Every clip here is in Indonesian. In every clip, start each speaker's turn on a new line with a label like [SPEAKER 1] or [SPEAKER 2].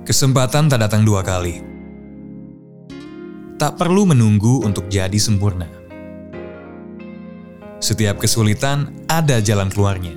[SPEAKER 1] Kesempatan tak datang dua kali. Tak perlu menunggu untuk jadi sempurna. Setiap kesulitan ada jalan keluarnya.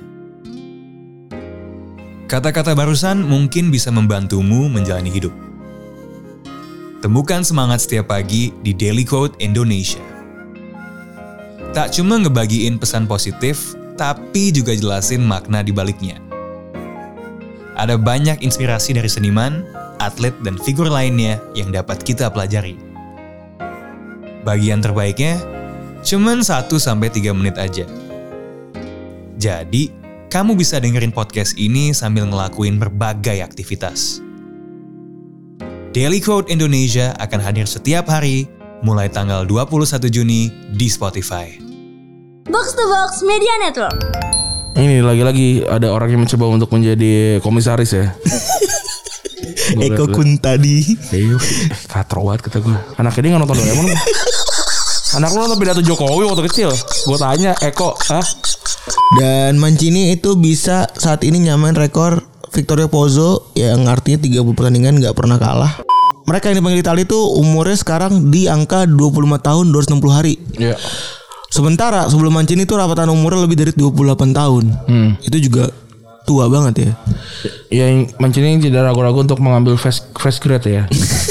[SPEAKER 1] Kata-kata barusan mungkin bisa membantumu menjalani hidup. Temukan semangat setiap pagi di Daily Quote Indonesia. Tak cuma ngebagiin pesan positif, tapi juga jelasin makna di baliknya. Ada banyak inspirasi dari seniman, atlet, dan figur lainnya yang dapat kita pelajari. Bagian terbaiknya, cuman 1-3 menit aja. Jadi, kamu bisa dengerin podcast ini sambil ngelakuin berbagai aktivitas. Daily Quote Indonesia akan hadir setiap hari, mulai tanggal 21 Juni di Spotify.
[SPEAKER 2] Box to Box Media Network.
[SPEAKER 3] Ini lagi-lagi ada orang yang mencoba untuk menjadi komisaris ya.
[SPEAKER 4] Eko Kuntadi.
[SPEAKER 3] Katro banget kata gue. Anak ini nggak nonton Doraemon. Anak lu nonton pidato Jokowi waktu kecil. Gue tanya Eko,
[SPEAKER 4] Dan Mancini itu bisa saat ini nyamain rekor Vittorio Pozzo yang artinya 30 pertandingan gak pernah kalah. Mereka yang dipanggil Itali itu umurnya sekarang di angka 25 tahun 260 hari.
[SPEAKER 3] Iya.
[SPEAKER 4] Sementara sebelum Mancini itu rapatan umurnya lebih dari 28 tahun. Itu juga tua banget ya.
[SPEAKER 3] Yang Mancini tidak ragu-ragu untuk mengambil fresh grade ya.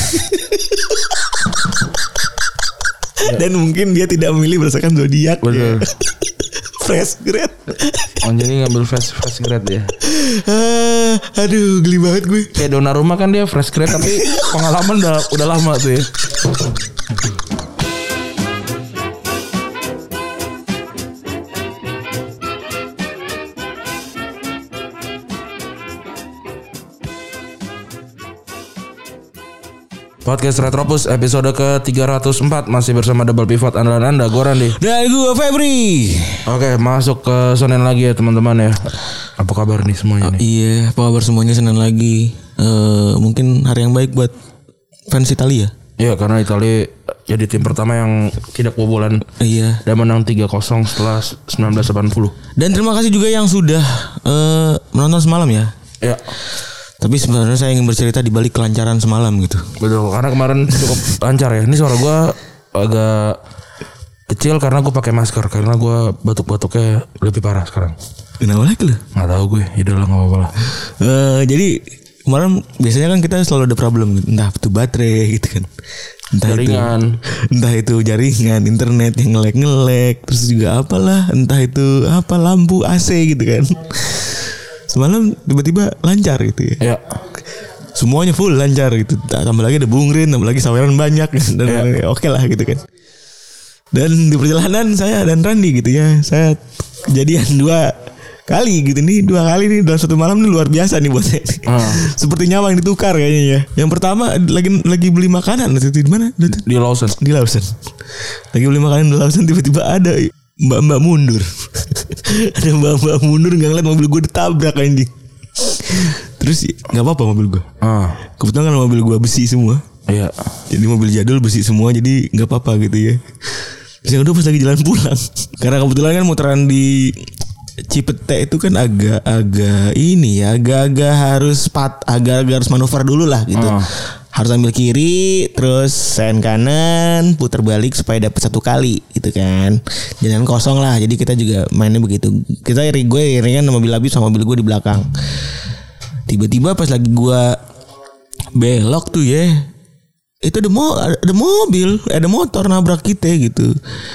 [SPEAKER 4] Dan mungkin dia tidak memilih berdasarkan zodiak.
[SPEAKER 3] Betul.
[SPEAKER 4] Ya. Fresh grade.
[SPEAKER 3] Mancini ngambil fresh grade ya.
[SPEAKER 4] Aduh, geli banget gue.
[SPEAKER 3] Kayak Donnarumma kan dia fresh grade tapi pengalaman udah lama tuh ya. Podcast Retropus episode ke-304 masih bersama Double Pivot andalan Anda, gue Randy.
[SPEAKER 4] Dan gue Febri.
[SPEAKER 3] Oke, masuk ke Senin lagi ya teman-teman ya. Apa kabar nih semuanya nih?
[SPEAKER 4] Iya, apa kabar semuanya Senin lagi. Mungkin hari yang baik buat fans Italia.
[SPEAKER 3] Iya, karena Italia jadi tim pertama yang tidak kebobolan.
[SPEAKER 4] Iya.
[SPEAKER 3] Dan menang 3-0 setelah 1980.
[SPEAKER 4] Dan terima kasih juga yang sudah menonton semalam ya.
[SPEAKER 3] Iya.
[SPEAKER 4] Tapi sebenarnya saya ingin bercerita di balik kelancaran semalam gitu.
[SPEAKER 3] Betul, karena kemarin cukup lancar ya. Ini suara gue agak kecil karena gue pakai masker. Karena gue batuk-batuknya lebih parah sekarang.
[SPEAKER 4] Kenapa lagi lu?
[SPEAKER 3] Gak tahu gue, yaudahlah gak apa-apa lah.
[SPEAKER 4] Jadi kemarin biasanya kan kita selalu ada problem gitu. Entah itu baterai gitu kan. Entah itu jaringan, internet yang nge-lag. Terus juga apalah, entah itu apa lampu AC gitu kan. Semalam tiba-tiba lancar gitu ya.
[SPEAKER 3] Iya.
[SPEAKER 4] Semuanya full lancar gitu. Tambah lagi ada Bung Rin, tambah lagi saweran banyak dan oke lah gitu kan. Dan di perjalanan saya dan Randy gitu ya, saya kejadian 2 kali gitu nih, 2 kali nih dalam satu malam nih luar biasa nih buat saya. Seperti nyawa yang ditukar kayaknya ya. Yang pertama lagi beli makanan di mana?
[SPEAKER 3] Di Lawson.
[SPEAKER 4] Di Lawson. Lagi beli makanan di Lawson, tiba-tiba ada mbak-mbak mundur. Ada mbak-mbak mundur nggak ngeliat mobil gue ditabrak anjing. Terus nggak apa-apa mobil gue. Kebetulan kan mobil gue besi semua.
[SPEAKER 3] Iya.
[SPEAKER 4] Jadi mobil jadul besi semua, jadi nggak apa-apa gitu ya. Terus yang udah pas lagi jalan pulang, karena kebetulan kan muteran di Cipete itu kan agak-agak ini ya, agak-agak harus manuver dulu lah gitu. Harus ambil kiri, terus sen kanan, putar balik supaya dapat 1 kali gitu kan. Jalan kosong lah, jadi kita juga mainnya begitu. Kita iringan mobil Labib sama mobil gue di belakang. Tiba-tiba pas lagi gue belok tuh ya, itu ada mobil, ada motor nabrak kita gitu.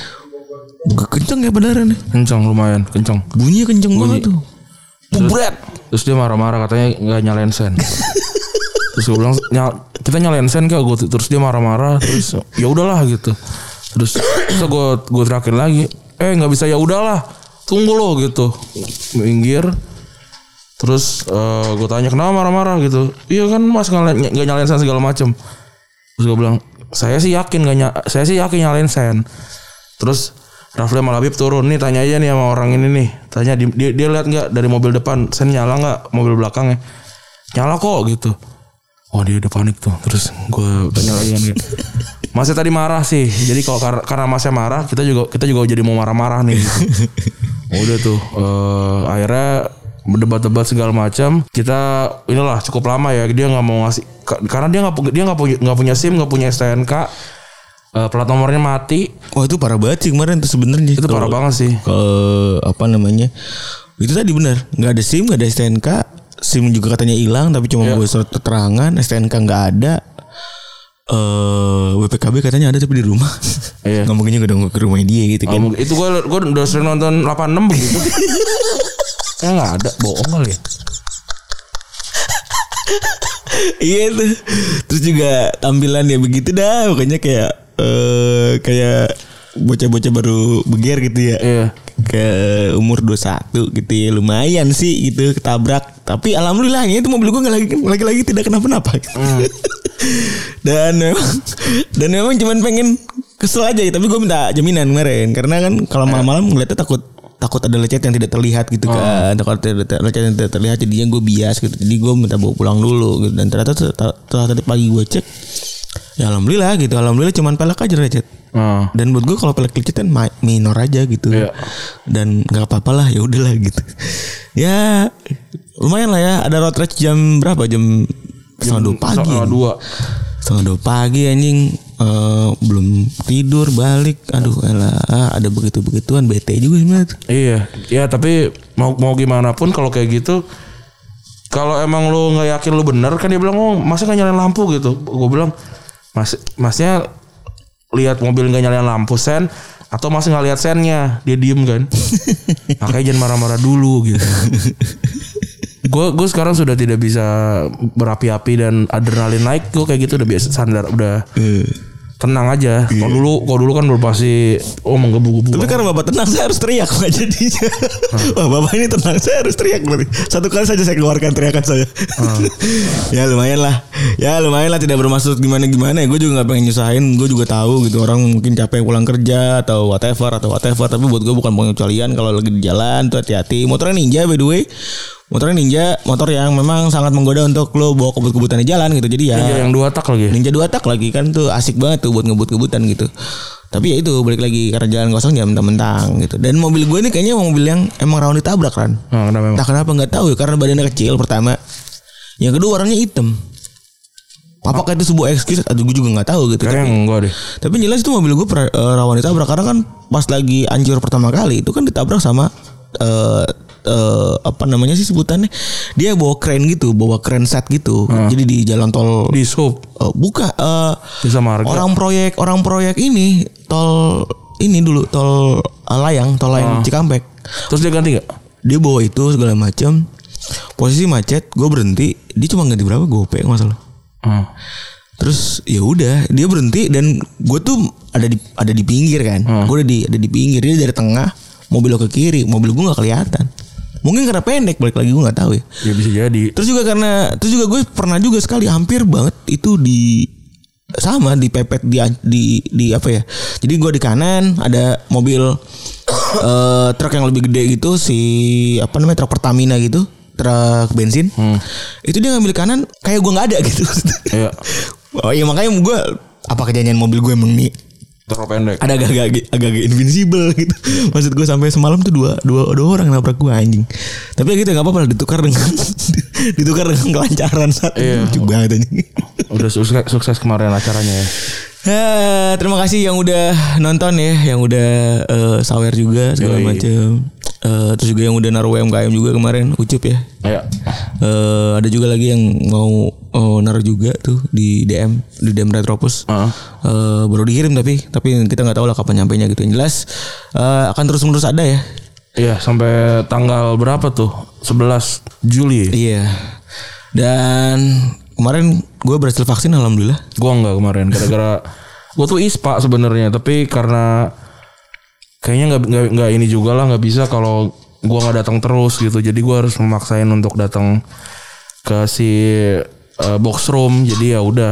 [SPEAKER 4] Kenceng ya beneran nih.
[SPEAKER 3] Kenceng, lumayan kenceng.
[SPEAKER 4] Bunyinya kenceng banget tuh.
[SPEAKER 3] Terus dia marah-marah katanya nggak nyalain sen. Terus gue bilang kita nyalain sen kak. Terus dia marah-marah. Terus ya udahlah gitu. Terus gue terakhir lagi. Nggak bisa ya udahlah. Tunggu lo gitu. Minggir. Terus gue tanya kenapa marah-marah gitu. Iya kan mas nggak nyalain sen segala macem. Terus gue bilang saya sih yakin nyalain sen. Terus Rafli sama Labib turun nih, tanya aja nih sama orang ini nih. Tanya dia lihat nggak dari mobil depan sen nyala nggak, mobil belakangnya nyala kok gitu. Oh dia udah panik tuh. Terus gue tanya lagi kan, Masnya tadi marah sih. Jadi kalau karena Masnya marah, kita juga jadi mau marah-marah nih. Gitu. Udah tuh akhirnya berdebat-debat segala macam. Kita inilah cukup lama ya, dia nggak mau ngasih karena dia nggak punya SIM, nggak punya STNK, plat nomornya mati.
[SPEAKER 4] Wah itu parah banget sih kemarin tuh sebenarnya.
[SPEAKER 3] Itu parah banget sih.
[SPEAKER 4] Apa namanya? Itu tadi benar, nggak ada SIM, nggak ada STNK, SIM juga katanya hilang, tapi cuma bawa surat keterangan, STNK nggak ada. WPKB katanya ada tapi di rumah.
[SPEAKER 3] Iya.
[SPEAKER 4] Nggak mungkin juga dong ke rumahnya dia gitu kan.
[SPEAKER 3] Itu gue udah sering nonton 86 begitu. Nggak ada, bohong kali ya.
[SPEAKER 4] Iya tuh. Terus juga tampilan ya begitu dah, pokoknya kayak bocah-bocah baru beger gitu ya.
[SPEAKER 3] Iya.
[SPEAKER 4] Ke umur 21 gitu ya, lumayan sih gitu ketabrak. Tapi alhamdulillahnya itu mobil gue nggak lagi tidak kenapa-napa. Dan memang cuman pengen kesel aja ya, tapi gue minta jaminan kemarin karena kan kalau malam-malam ngeliatnya takut ada lecet yang tidak terlihat gitu kan. Takut ada lecet yang tidak terlihat, jadinya gue bias gitu. Jadi gue minta bawa pulang dulu gitu. Dan ternyata setelah tadi pagi gue cek, ya alhamdulillah gitu. Alhamdulillah cuman pelek aja lecet. Dan buat gue kalau pelek lecet kan minor aja gitu. Dan nggak apa-apa lah, ya udahlah gitu. Ya lumayan lah ya. Ada road rage jam berapa? Jam 1:30 pagi. Setengah 2 pagi anjing. Belum tidur balik. Aduh elah, ada begitu-begituan, bete juga sebenarnya. Iya.
[SPEAKER 3] Ya tapi mau gimana pun kalau kayak gitu, kalau emang lu nggak yakin lu bener kan, dia bilang masa nggak nyalain lampu gitu. Gue bilang masnya lihat mobil nggak nyalain lampu sen, atau masih nggak lihat sennya, dia diem kan. Makanya jangan marah-marah dulu gitu. Gue sekarang sudah tidak bisa berapi-api dan adrenalin naik. Gue kayak gitu udah biasa, sandar, udah tenang aja. Kalau dulu kan pasti menggebu-gebu.
[SPEAKER 4] Tapi karena bapak tenang, saya harus teriak nggak jadinya. Wah bapak ini tenang, saya harus teriak berarti. Satu kali saja saya keluarkan teriakan saya. Ya lumayan lah tidak bermaksud gimana-gimana. Gue juga nggak pengen nyusahin. Gue juga tahu gitu, orang mungkin capek pulang kerja atau whatever. Tapi buat gue bukan pengecualian kalau lagi di jalan tuh hati-hati. Motornya Ninja by the way. Motornya Ninja, motor yang memang sangat menggoda untuk lo bawa kebut-kebutan di jalan gitu. Jadi ya
[SPEAKER 3] Ninja yang 2 tak lagi.
[SPEAKER 4] Ninja 2 tak lagi kan tuh asik banget tuh buat ngebut-kebutan gitu. Tapi ya itu balik lagi karena jalan kosong ya mentang-mentang gitu. Dan mobil gue ini kayaknya mobil yang emang rawan ditabrak kan. Kenapa nggak tahu ya, karena badannya kecil pertama. Yang kedua warnanya hitam. Apakah itu sebuah excuse? Aduh gue juga nggak tahu gitu.
[SPEAKER 3] Kayaknya enggak deh.
[SPEAKER 4] Tapi jelas itu mobil gue rawan ditabrak karena kan pas lagi anjir pertama kali itu kan ditabrak sama apa namanya sih sebutannya, dia bawa kren gitu, bawa kren set gitu. Jadi di jalan tol
[SPEAKER 3] di sub
[SPEAKER 4] Jasa Marga. Orang proyek ini tol ini dulu tol layang Cikampek.
[SPEAKER 3] Terus dia ganti nggak?
[SPEAKER 4] Dia bawa itu segala macam. Posisi macet, gue berhenti, dia cuma ganti berapa gope masalah. Terus ya udah dia berhenti dan gue tuh ada di pinggir kan. Gue ada di pinggir, dia dari tengah, mobil lo ke kiri, mobil gue nggak kelihatan. Mungkin karena pendek, balik lagi gue nggak tahu ya.
[SPEAKER 3] Ya bisa jadi. Terus
[SPEAKER 4] juga gue pernah juga sekali hampir banget itu dipepet di apa ya. Jadi gue di kanan ada mobil truk yang lebih gede gitu, truk Pertamina gitu, truk bensin. Itu dia ngambil kanan kayak gue nggak ada gitu.
[SPEAKER 3] Iya.
[SPEAKER 4] Oh iya makanya gue apa kejadian mobil gue emang nih
[SPEAKER 3] terlalu pendek.
[SPEAKER 4] Ada agak invincible gitu. Maksud gue sampai semalam tuh dua orang nabrak gue anjing. Tapi gitu nggak apa-apa lah, ditukar dengan kelancaran saat lucu banget anjing.
[SPEAKER 3] Udah sukses kemarin acaranya ya.
[SPEAKER 4] Terima kasih yang udah nonton ya, yang udah sawer juga segala macam. Terus juga yang udah naruh UMKM juga kemarin, Ucup ya.
[SPEAKER 3] Iya.
[SPEAKER 4] Ada juga lagi yang mau naruh juga tuh di DM Retropus. Baru dikirim tapi kita nggak tahu lah kapan nyampainya gitu. Yang jelas akan terus-menerus ada ya.
[SPEAKER 3] Iya, sampai tanggal berapa tuh? 11 Juli.
[SPEAKER 4] Iya. Dan kemarin gue berhasil vaksin alhamdulillah.
[SPEAKER 3] Gue enggak kemarin gara-gara gue tuh ISPA sebenarnya, tapi karena kayaknya nggak ini juga lah, nggak bisa kalau gue nggak datang terus gitu. Jadi gue harus memaksain untuk datang ke si box room. Jadi ya udah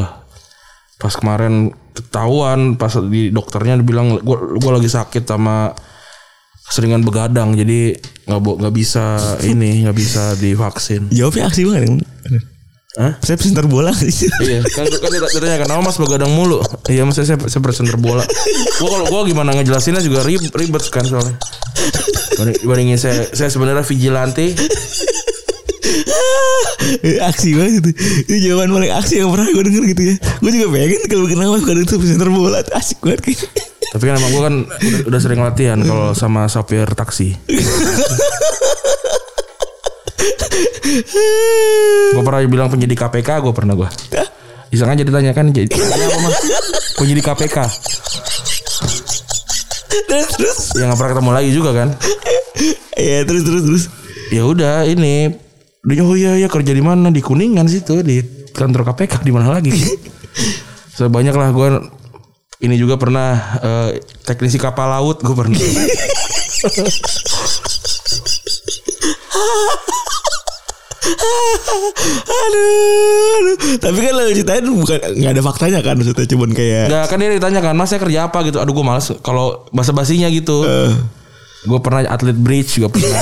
[SPEAKER 3] pas kemarin ketahuan, pas di dokternya dibilang gue lagi sakit sama keseringan begadang, jadi nggak bisa divaksin.
[SPEAKER 4] Jawabnya aksi banget.
[SPEAKER 3] Hah?
[SPEAKER 4] Saya presenter bola sih.
[SPEAKER 3] Iya, kan ditanya kenapa Mas begadang mulu? Iya Mas, saya presenter bola. Gua gimana ngejelasinnya juga ribet kan soalnya. Bandingin saya sebenarnya vigilante.
[SPEAKER 4] Aksi banget itu. Itu jawaban paling aksi yang pernah gue denger gitu ya. Gue juga pengen kalau kenapa bukan itu presenter bola, asik banget kayak.
[SPEAKER 3] Tapi kan emang gue kan udah sering latihan kalau sama sopir taksi. Gue pernah bilang penyidik KPK, gue. Iseng aja ditanya kan, jadi apa Mas? Penyidik KPK.
[SPEAKER 4] Terus
[SPEAKER 3] Ya nggak pernah ketemu lagi juga kan?
[SPEAKER 4] ya terus.
[SPEAKER 3] Ya udah ini, dia oh iya kerja di mana? Di Kuningan situ, di kantor KPK, di mana lagi? Sebanyak lah gue. Ini juga pernah teknisi kapal laut, gue pernah.
[SPEAKER 4] Aduh. Tapi kan lo ceritain bukan nggak ada faktanya kan, maksudnya cuman kayak.
[SPEAKER 3] Nggak, kan dia ditanya kan, Mas saya kerja apa gitu. Aduh gue males kalau basa-basinya gitu. Gue pernah atlet bridge juga pernah.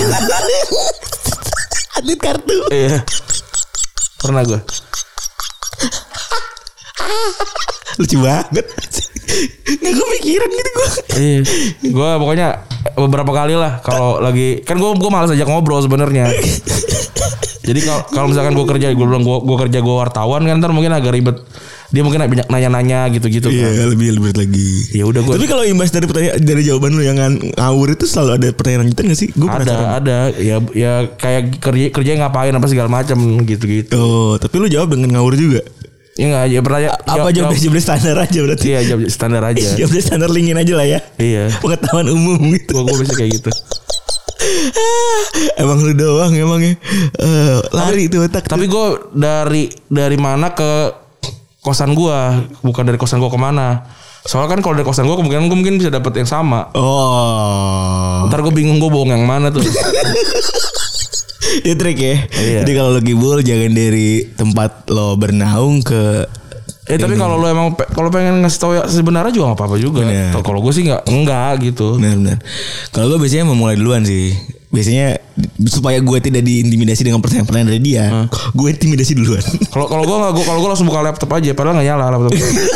[SPEAKER 4] Atlet kartu.
[SPEAKER 3] Iya. Pernah gue.
[SPEAKER 4] Lucu banget. Nggak kepikiran gitu gue.
[SPEAKER 3] Iya. Gue pokoknya beberapa kali lah kalau lagi kan gue malas ajak ngobrol sebenarnya. Jadi kalau misalkan gue kerja, gue bilang gue kerja gue wartawan kan, ntar mungkin agak ribet. Dia mungkin banyak nanya-nanya gitu-gitu.
[SPEAKER 4] Iya
[SPEAKER 3] kan.
[SPEAKER 4] lebih lagi.
[SPEAKER 3] Ya udah gue.
[SPEAKER 4] Tapi kalau imbas dari pertanyaan, dari jawaban lu yang ngawur itu selalu ada pertanyaan lanjutan nggak sih? Gue
[SPEAKER 3] ada. Ya kayak kerja ngapain apa segala macam gitu-gitu.
[SPEAKER 4] Oh, tapi lu jawab dengan ngawur juga.
[SPEAKER 3] Ya enggak, ya pertanyaan
[SPEAKER 4] Apa jawabnya standar aja berarti?
[SPEAKER 3] Iya, jawab standar aja.
[SPEAKER 4] Jawabnya standar lingin aja lah ya.
[SPEAKER 3] Iya.
[SPEAKER 4] Pengetahuan umum gitu.
[SPEAKER 3] Gue bisa kayak gitu.
[SPEAKER 4] Emang lu doang emang ya. Lari itu otak.
[SPEAKER 3] Tapi gue dari mana ke kosan gue, bukan dari kosan gue kemana. Soalnya kan kalau dari kosan gue kemungkinan gue mungkin bisa dapet yang sama.
[SPEAKER 4] Oh.
[SPEAKER 3] Ntar gue bingung gue bohong yang mana tuh.
[SPEAKER 4] Itu trik ya.
[SPEAKER 3] Iya.
[SPEAKER 4] Jadi kalau lo gibul jangan dari tempat lo bernaung ke.
[SPEAKER 3] Tapi kalau lo emang kalau pengen ngasih tahu ya sebenarnya juga nggak apa-apa juga. Kalau gue sih enggak gitu.
[SPEAKER 4] Benar. Kalau gue biasanya memulai duluan sih. Biasanya supaya gue tidak diintimidasi dengan pertanyaan-pertanyaan dari dia, gue intimidasi duluan.
[SPEAKER 3] Kalau gue langsung buka laptop aja, padahal nggak nyala laptop.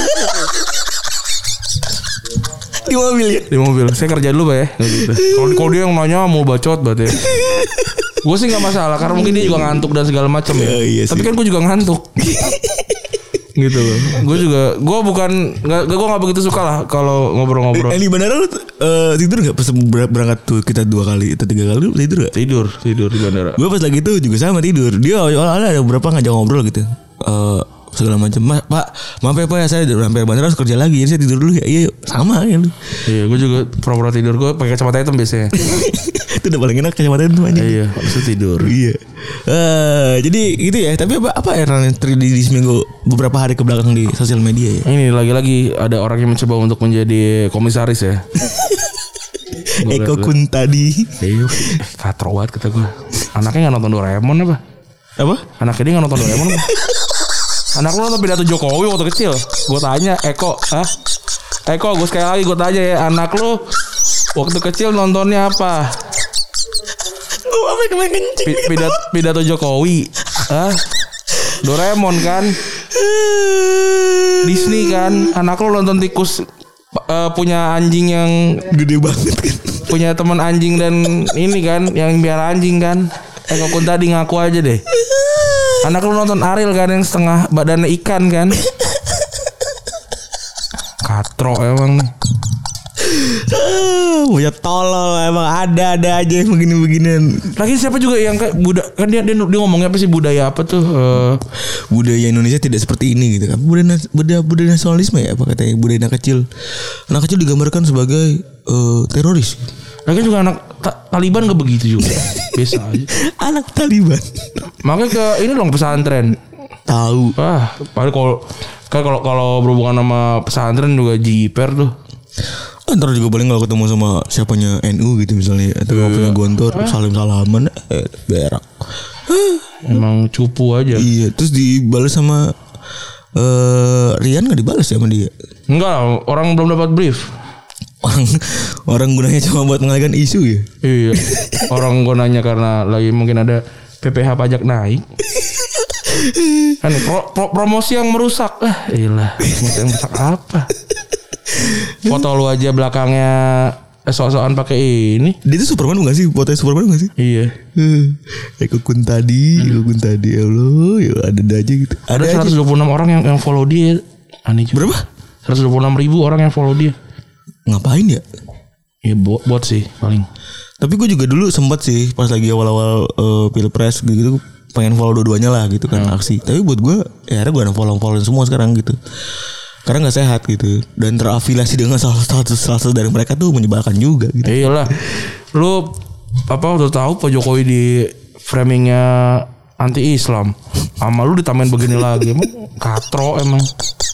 [SPEAKER 4] Di mobil ya.
[SPEAKER 3] Di mobil. Saya kerja dulu Pak ya. Gitu. Kalau dia yang nanya mau bacot berarti. Gue sih nggak masalah karena mungkin dia juga ngantuk dan segala macam ya.
[SPEAKER 4] Iya
[SPEAKER 3] Tapi kan gue juga ngantuk. Gitu loh. Gue nggak begitu suka lah kalau ngobrol-ngobrol.
[SPEAKER 4] Di bandara lu tidur nggak pas berangkat tuh kita 2 kali atau 3 kali lu tidur nggak?
[SPEAKER 3] Tidur di bandara.
[SPEAKER 4] Gue pas lagi itu juga sama tidur. Dia awalnya ada beberapa ngajak ngobrol gitu. Segala macam. Pak, maaf ya Pak ya, saya sampai bandara harus kerja lagi. Jadi saya tidur dulu ya. Iya yuk, sama ya lu.
[SPEAKER 3] Iya, gue juga pura-pura tidur, gue pakai kacamata hitam biasanya.
[SPEAKER 4] Itu udah paling enak kacamata hitam aja.
[SPEAKER 3] Iya, habis itu tidur.
[SPEAKER 4] Iya. Jadi gitu ya. Tapi apa yang terjadi di seminggu beberapa hari ke belakang di sosial media ya?
[SPEAKER 3] Ini lagi-lagi ada orang yang mencoba untuk menjadi komisaris ya.
[SPEAKER 4] Eko Kuntadi.
[SPEAKER 3] Iya, katro banget kata gue. Anaknya nggak nonton Doraemon apa?
[SPEAKER 4] Apa?
[SPEAKER 3] Anaknya dia nggak nonton Doraemon apa? Anak lu nonton pidato Jokowi waktu kecil. Gue tanya, Eko, gue sekali lagi gue tanya ya, anak lu waktu kecil nontonnya apa?
[SPEAKER 4] Gue apa kemarin kencing?
[SPEAKER 3] Pidato Jokowi. Doraemon kan? Disney kan? Anak lu nonton tikus punya anjing yang
[SPEAKER 4] gede banget kan?
[SPEAKER 3] Punya teman anjing dan ini kan, yang biar anjing kan? Eko Kuntadi ngaku aja deh. Anak lu nonton Ariel kan yang setengah badannya ikan kan? Katro emang nih.
[SPEAKER 4] Punya tolol emang ada aja yang begini-beginian.
[SPEAKER 3] Lagi siapa juga yang kayak kan dia ngomongnya apa sih, budaya apa tuh?
[SPEAKER 4] Budaya Indonesia tidak seperti ini gitu kan. Budaya nasionalisme ya apa katanya, budaya anak kecil. Anak kecil digambarkan sebagai teroris.
[SPEAKER 3] Lagi juga anak Taliban gak begitu juga. Biasa aja.
[SPEAKER 4] Anak Taliban.
[SPEAKER 3] Makanya ke ini dong pesantren.
[SPEAKER 4] Tahu.
[SPEAKER 3] Paling kalau berhubungan sama pesantren juga jiper tuh.
[SPEAKER 4] Ntar juga paling kalau ketemu sama siapanya NU gitu misalnya, atau kalau punya Gontor salam-salaman berak.
[SPEAKER 3] Emang cupu aja.
[SPEAKER 4] Iya, terus dibalas sama Rian gak dibalas ya sama dia?
[SPEAKER 3] Enggak, orang belum dapat brief.
[SPEAKER 4] Orang gunanya cuma buat mengalihkan isu ya.
[SPEAKER 3] Iya. Orang gunanya karena lagi mungkin ada PPh pajak naik. Kan promosi yang merusak. Iyalah, promosi yang merusak apa? Foto lu aja belakangnya sok-sokan pakai ini.
[SPEAKER 4] Dia tuh Superman bukan sih? Fotonya Superman bukan sih?
[SPEAKER 3] Iya.
[SPEAKER 4] Kukun tadi ya Allah, ya ada aja gitu.
[SPEAKER 3] Ada 126 orang yang follow dia. Aneh juga.
[SPEAKER 4] Berapa?
[SPEAKER 3] 126.000 orang yang follow dia.
[SPEAKER 4] Ngapain ya?
[SPEAKER 3] Ya bot sih paling.
[SPEAKER 4] Tapi gue juga dulu sempat sih pas lagi awal-awal pilpres gitu pengen follow dua-duanya lah gitu kan aksi. Tapi buat gue ya akhirnya gue follow semua sekarang gitu. Karena nggak sehat gitu dan terafiliasi dengan salah satu dari mereka tuh menyebalkan juga gitu.
[SPEAKER 3] Iyalah. Lu udah tahu Pak Jokowi di framingnya anti Islam. Sama lu ditambahin begini lagi. Emang katro emang.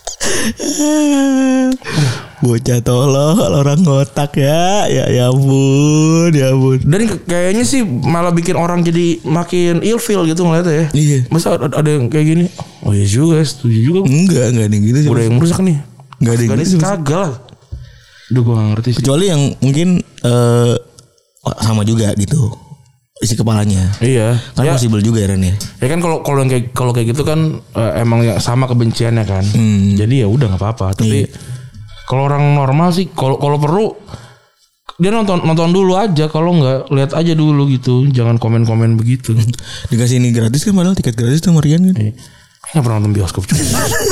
[SPEAKER 4] Bocah tolol orang ngotak ya ampun.
[SPEAKER 3] Dan kayaknya sih malah bikin orang jadi makin ilfeel gitu ngeliatnya ya.
[SPEAKER 4] Iya.
[SPEAKER 3] Masa ada yang kayak gini? Oh iya juga, setuju juga.
[SPEAKER 4] Enggak ada yang gitu sih.
[SPEAKER 3] Udah yang merusak nih.
[SPEAKER 4] Enggak ada yang gitu.
[SPEAKER 3] Kagak lah. Duh gue gak ngerti sih.
[SPEAKER 4] Kecuali yang mungkin sama juga gitu isi kepalanya.
[SPEAKER 3] Iya.
[SPEAKER 4] Kan possible juga ya Ren ya.
[SPEAKER 3] Ya kan kalau kayak gitu kan emang yang sama kebenciannya kan. Jadi ya udah nggak apa-apa. Tapi kalau orang normal sih kalau perlu dia nonton dulu aja. Kalau nggak lihat aja dulu gitu. Jangan komen-komen begitu.
[SPEAKER 4] Dikasih ini gratis kan padahal tiket gratis sama Rian kan.
[SPEAKER 3] Nggak pernah nonton bioskop juga.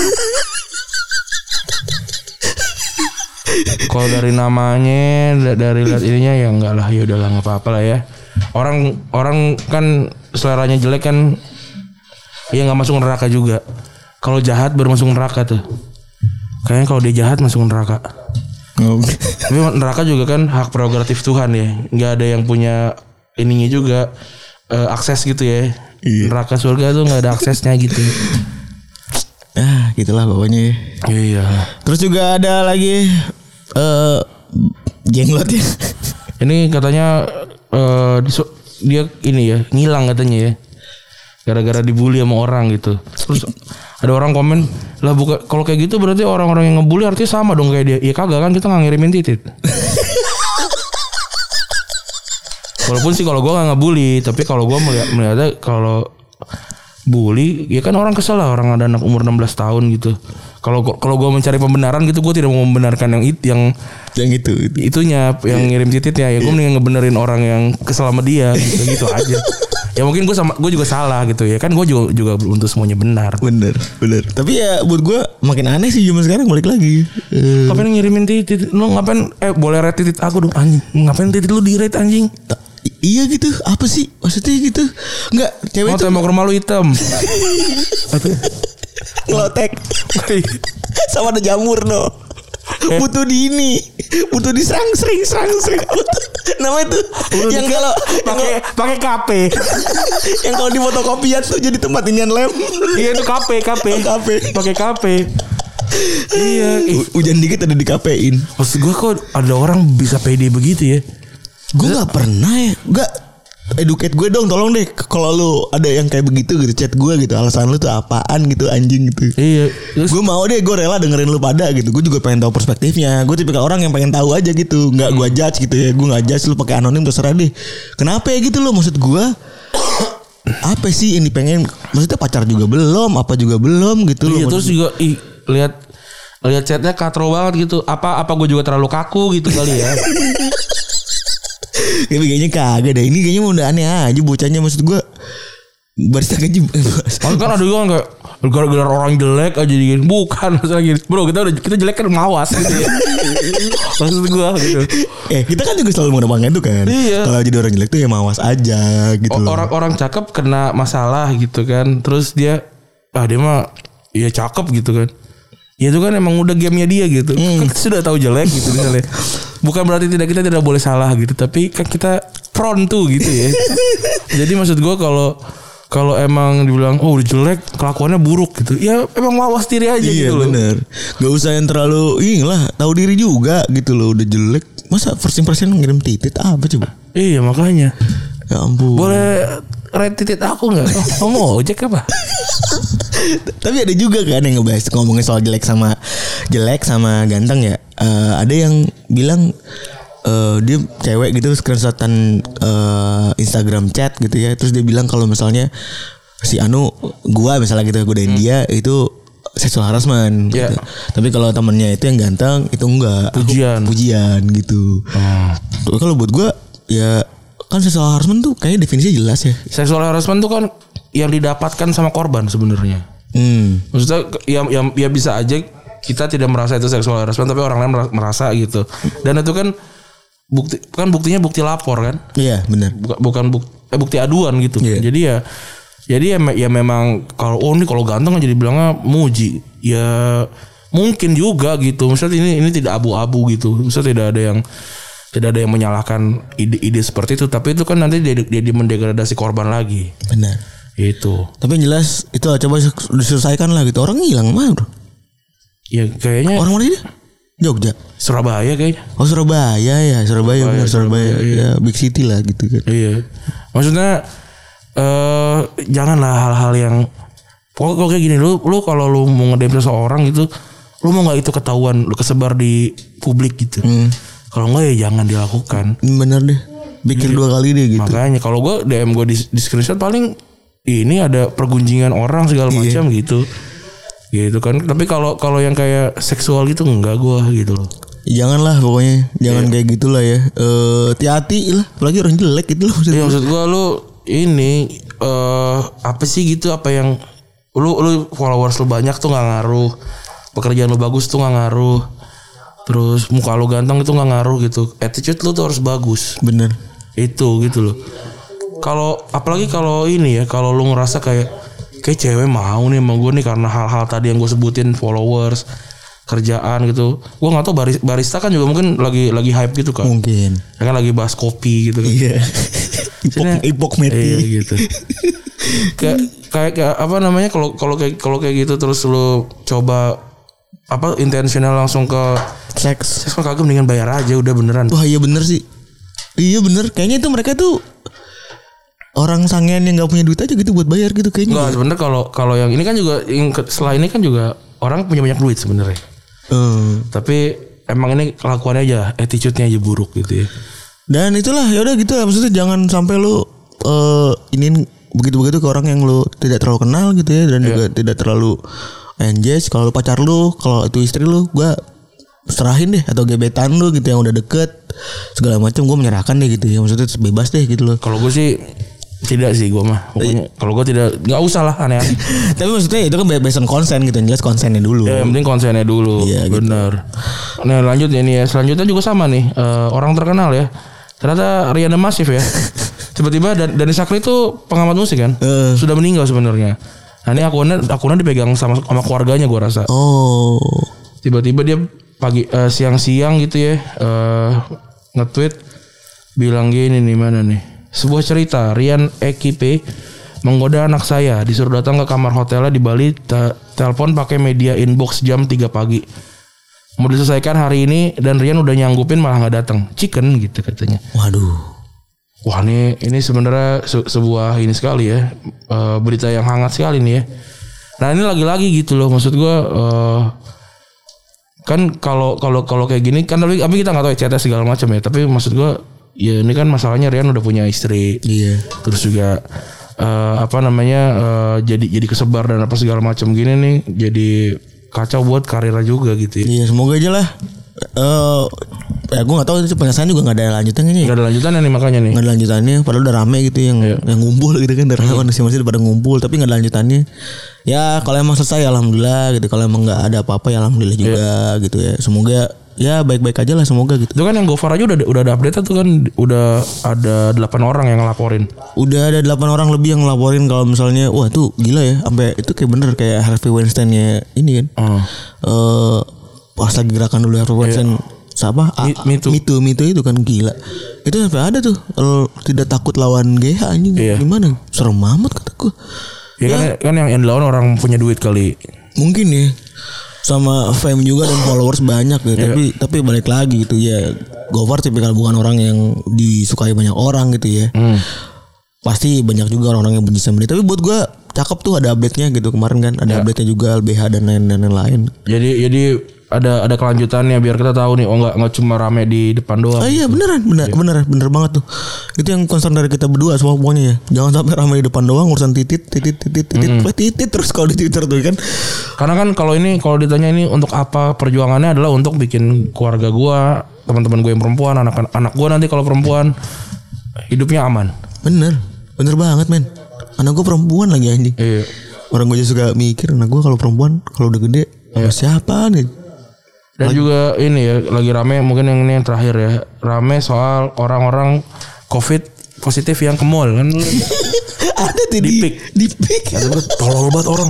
[SPEAKER 3] Kalau dari namanya, dari lihat ininya ya enggak lah, ya udahlah nggak apa-apa lah ya. Orang kan seleranya jelek kan, ya nggak masuk neraka juga. Kalau jahat baru masuk neraka tuh. Kayaknya kalau dia jahat masuk neraka. Tapi neraka juga kan hak prerogatif Tuhan ya. Nggak ada yang punya ininya juga akses gitu ya. Iya. Neraka surga tuh nggak ada aksesnya gitu.
[SPEAKER 4] Gitulah pokoknya.
[SPEAKER 3] Iya.
[SPEAKER 4] Terus juga ada lagi jenglot ya.
[SPEAKER 3] Ini katanya dia ini ya ngilang katanya ya. Gara-gara dibully sama orang gitu. Terus ada orang komen, lah bukan kalau kayak gitu berarti orang-orang yang ngebully artinya sama dong kayak dia. Ya kagak kan, kita nggak ngirimin titit. Walaupun sih kalau gue nggak ngebully, tapi kalau gue melihatnya kalau bully, ya kan orang kesel lah, orang ada anak umur 16 tahun gitu. Kalau gue mencari pembenaran gitu, gue tidak mau membenarkan yang itunya yang ngirim tititnya. Ya gue mending ngebenerin orang yang kesel sama dia gitu aja. Ya mungkin gue juga salah gitu ya kan, gue juga belum tentu semuanya benar.
[SPEAKER 4] Bener. Tapi ya buat gue makin aneh sih zaman sekarang balik lagi.
[SPEAKER 3] Ngapain ngirimin titit? Lu ngapain boleh rate titit aku dong anjing. Ngapain titit lu di rate anjing?
[SPEAKER 4] Iya gitu, apa sih maksudnya gitu? Enggak, cewek itu
[SPEAKER 3] tembok rumah lu hitam.
[SPEAKER 4] Ngelotek. Sama ada jamur no. Butuh diserang sering. Namanya tuh yang kalau
[SPEAKER 3] pakai KP.
[SPEAKER 4] Yang kalau di fotokopian tuh jadi tempat inian lem.
[SPEAKER 3] Iya itu KP. Pakai KP. Iya.
[SPEAKER 4] Hujan dikit ada di KP-in.
[SPEAKER 3] Maksud gue kok ada orang bisa pede begitu ya?
[SPEAKER 4] Gue nggak pernah ya. Nggak educate gue dong, tolong deh. Kalau lu ada yang kayak begitu gitu, chat gue gitu, alasan lu tuh apaan gitu anjing gitu.
[SPEAKER 3] Iya.
[SPEAKER 4] Gue mau deh, gue rela dengerin lu pada gitu. Gue juga pengen tahu perspektifnya. Gue tipikal orang yang pengen tahu aja gitu. Nggak gue judge gitu ya. Gue nggak judge lu pakai anonim terserah deh. Kenapa ya gitu lo? Maksud gue apa sih ini pengen? Maksudnya pacar juga belum, apa juga belum gitu loh.
[SPEAKER 3] Iya terus juga lihat chatnya katro banget gitu. Apa gue juga terlalu kaku gitu kali ya.
[SPEAKER 4] Kayaknya kagak deh. Ini kayaknya udah aneh aja bocahnya. Maksud gue barista gaji.
[SPEAKER 3] Kan ada juga kayak gara-gara orang jelek aja digini. Bukan masalah gini. Bro kita jelek kan mawas gitu ya. Maksud gue gitu.
[SPEAKER 4] Kita kan juga selalu mengembangkan itu kan. Iya. Kalau jadi orang jelek tuh ya mawas aja gitu.
[SPEAKER 3] Orang cakep kena masalah gitu kan. Terus dia mah ya cakep gitu kan. Ya itu kan emang udah gamenya dia gitu. Kan kita sudah tahu jelek gitu misalnya. Bukan berarti kita tidak boleh salah gitu. Tapi kan kita prone tuh gitu ya. Jadi maksud gue kalau emang dibilang udah jelek, kelakuannya buruk gitu. Ya emang mawas diri aja gitu loh. Iya
[SPEAKER 4] bener. Gak usah yang terlalu tahu diri juga gitu loh. Udah jelek. Masa first impression ngirim titit apa coba?
[SPEAKER 3] Iya makanya.
[SPEAKER 4] Ya ampun.
[SPEAKER 3] Boleh rate titit aku gak? Mau ojek apa?
[SPEAKER 4] Tapi ada juga kan yang ngebahas ngomongin soal jelek sama ganteng ya. Ada yang bilang dia cewek gitu screenshotan Instagram chat gitu ya. Terus dia bilang kalau misalnya si Anu gua misalnya gitu godain dia itu sexual harassment gitu. Tapi kalau temennya itu yang ganteng itu enggak pujian gitu. Tapi kalau buat gua ya kan sexual harassment tuh kayaknya definisinya jelas ya.
[SPEAKER 3] Sexual harassment tuh kan yang didapatkan sama korban sebenarnya. Maksudnya ya bisa aja kita tidak merasa itu sexual harassment tapi orang lain merasa gitu. Dan itu kan buktinya bukti lapor kan?
[SPEAKER 4] Iya, benar.
[SPEAKER 3] Bukan bukti aduan gitu. Yeah. Jadi ya memang kalau kalau ganteng jadi bilangnya muji. Ya mungkin juga gitu. Misalnya ini tidak abu-abu gitu. Misalnya tidak ada yang menyalahkan ide seperti itu, tapi itu kan nanti jadi mendegradasi korban lagi.
[SPEAKER 4] Benar.
[SPEAKER 3] Itu.
[SPEAKER 4] Tapi yang jelas itu coba diselesaikan lah gitu. Orang hilang mana, Bro?
[SPEAKER 3] Ya kayaknya
[SPEAKER 4] orang mana ini? Jogja,
[SPEAKER 3] Surabaya kayaknya.
[SPEAKER 4] Oh Surabaya ya, Surabaya. Ya, big city lah gitu kan.
[SPEAKER 3] Iya. Maksudnya janganlah hal-hal yang kalau kayak gini lu kalau lu mau ngedem seseorang gitu, lu mau nggak itu ketahuan, lu kesebar di publik gitu. Kalau enggak ya jangan dilakukan.
[SPEAKER 4] Bener deh. Pikir dua kali deh gitu.
[SPEAKER 3] Makanya kalau gue DM gue di screenshot paling ini ada pergunjingan orang segala macam gitu. Gitu kan. Tapi kalau yang kayak seksual gitu enggak gue gitu loh.
[SPEAKER 4] Janganlah pokoknya. Jangan kayak gitulah ya. Hati-hati lah. Apalagi orang jelek gitu loh.
[SPEAKER 3] Iya maksud gue lu ini apa sih gitu, apa yang lu followers lu banyak tuh enggak ngaruh. Pekerjaan lu bagus tuh enggak ngaruh. Terus muka lu ganteng itu enggak ngaruh gitu. Attitude lu tuh harus bagus.
[SPEAKER 4] Bener.
[SPEAKER 3] Itu gitu loh. Kalau apalagi kalau ini ya, kalau lu ngerasa kayak cewek mau nih sama gue nih karena hal-hal tadi yang gue sebutin, followers, kerjaan gitu. Gue nggak tahu barista kan juga mungkin lagi hype gitu kan.
[SPEAKER 4] Mungkin.
[SPEAKER 3] Ya kan lagi bahas kopi gitu kan.
[SPEAKER 4] Iya. Ipok meti.
[SPEAKER 3] Iya gitu. kayak apa namanya kalau kayak gitu terus lu coba apa intensional langsung ke seks kagak, mendingan bayar aja udah beneran.
[SPEAKER 4] Wah iya bener sih. Iya bener. Kayaknya itu mereka tuh orang sangean yang nggak punya duit aja gitu buat bayar gitu kayaknya.
[SPEAKER 3] Enggak, sebenarnya kalau yang ini kan juga setelah ini kan juga orang punya banyak duit sebenarnya. Tapi emang ini kelakuannya aja, attitude-nya aja buruk gitu ya.
[SPEAKER 4] Dan itulah ya udah gitu lah, maksudnya jangan sampai lu ini begitu-begitu ke orang yang lu tidak terlalu kenal gitu ya, dan juga tidak terlalu engage. Kalau pacar lu, kalau itu istri lu, gua serahin deh, atau gebetan lu gitu yang udah deket segala macam, gua menyerahkan deh gitu ya, maksudnya bebas deh gitu loh.
[SPEAKER 3] Kalau gue sih tidak sih gue mah. Pokoknya kalau gue tidak, nggak usah lah aneh-aneh.
[SPEAKER 4] Tapi maksudnya itu kan based on consent gitu, jelas konsennya dulu.
[SPEAKER 3] Ya, yang penting konsennya dulu. Iya, benar. Gitu. Nah lanjut ya nih ya, selanjutnya juga sama nih, orang terkenal ya. Ternyata Rian Masif ya. Tiba-tiba Dani Sakri itu pengamat musik kan, sudah meninggal sebenarnya. Nah ini akunnya dipegang sama keluarganya gue rasa. Oh. Tiba-tiba dia siang-siang gitu ya, nge-tweet bilang gini nih, mana nih? Sebuah cerita, Rian Ekipe menggoda anak saya, disuruh datang ke kamar hotelnya di Bali, telepon pakai media inbox jam 3 pagi. Mau diselesaikan hari ini dan Rian udah nyanggupin malah nggak datang. Chicken gitu katanya.
[SPEAKER 4] Waduh.
[SPEAKER 3] Wah ini sebenarnya sebuah ini sekali ya, berita yang hangat sekali nih ya. Nah ini lagi-lagi gitu loh, maksud gue kan kalau kayak gini kan tapi kita nggak tahu chatnya segala macam ya. Tapi maksud gue ya ini kan masalahnya Rian udah punya istri. Iya. Terus juga jadi kesebar dan apa segala macam gini nih, jadi kacau buat karirnya juga gitu ya. Iya, semoga aja lah. Ya gue nggak tahu itu penyesalan juga nggak ada lanjutannya nih. Nggak ada lanjutannya nih makanya nih. Nggak ada lanjutannya, padahal udah rame gitu yang ngumpul gitu kan, udah masih pada ngumpul, tapi nggak ada lanjutannya. Ya kalau emang selesai alhamdulillah gitu, kalau emang nggak ada apa-apa ya alhamdulillah juga gitu ya. Semoga ya baik-baik aja lah, semoga gitu. Itu kan yang Gofar aja udah ada update tuh kan, udah ada 8 orang yang ngelaporin. Udah ada 8 orang lebih yang ngelaporin kalau misalnya wah tuh gila ya, sampai itu kayak bener kayak Harvey Weinstein-nya ini kan. Pas lagi gerakan dulu Harvey Weinstein siapa? Me Too itu kan gila. Itu sampai ada tuh tidak takut lawan GH anjing. Gimana? Serem amat kataku. Ya kan yang dilawan orang punya duit kali. Mungkin ya. Sama fame juga dan followers banyak gitu. Tapi balik lagi gitu ya, Gofar tipikal bukan orang yang disukai banyak orang gitu ya. Pasti banyak juga orang-orang yang benci sama dia. Tapi buat gue cakep tuh ada update-nya gitu kemarin kan. Ada update-nya juga LBH dan lain-lain. Jadi ada kelanjutannya biar kita tahu nih, oh nggak cuma rame di depan doang.
[SPEAKER 4] Iya bener banget tuh. Itu yang concern dari kita berdua semua pokoknya ya. Jangan sampai ramai di depan doang urusan titit terus kalau di Twitter tuh kan.
[SPEAKER 3] Karena kan kalau ditanya ini untuk apa perjuangannya, adalah untuk bikin keluarga gua, teman-teman gue yang perempuan, anak gua nanti kalau perempuan hidupnya aman. Bener
[SPEAKER 4] banget men. Anak gua perempuan lagi anjing.
[SPEAKER 3] Iya.
[SPEAKER 4] Orang gue juga mikir anak gua kalau perempuan kalau udah gede siapa nih.
[SPEAKER 3] Dan juga ini ya lagi rame, mungkin yang terakhir ya, rame soal orang-orang COVID positif yang ke mall kan.
[SPEAKER 4] Ada tuh di pik.
[SPEAKER 3] Kata gue tolol banget orang.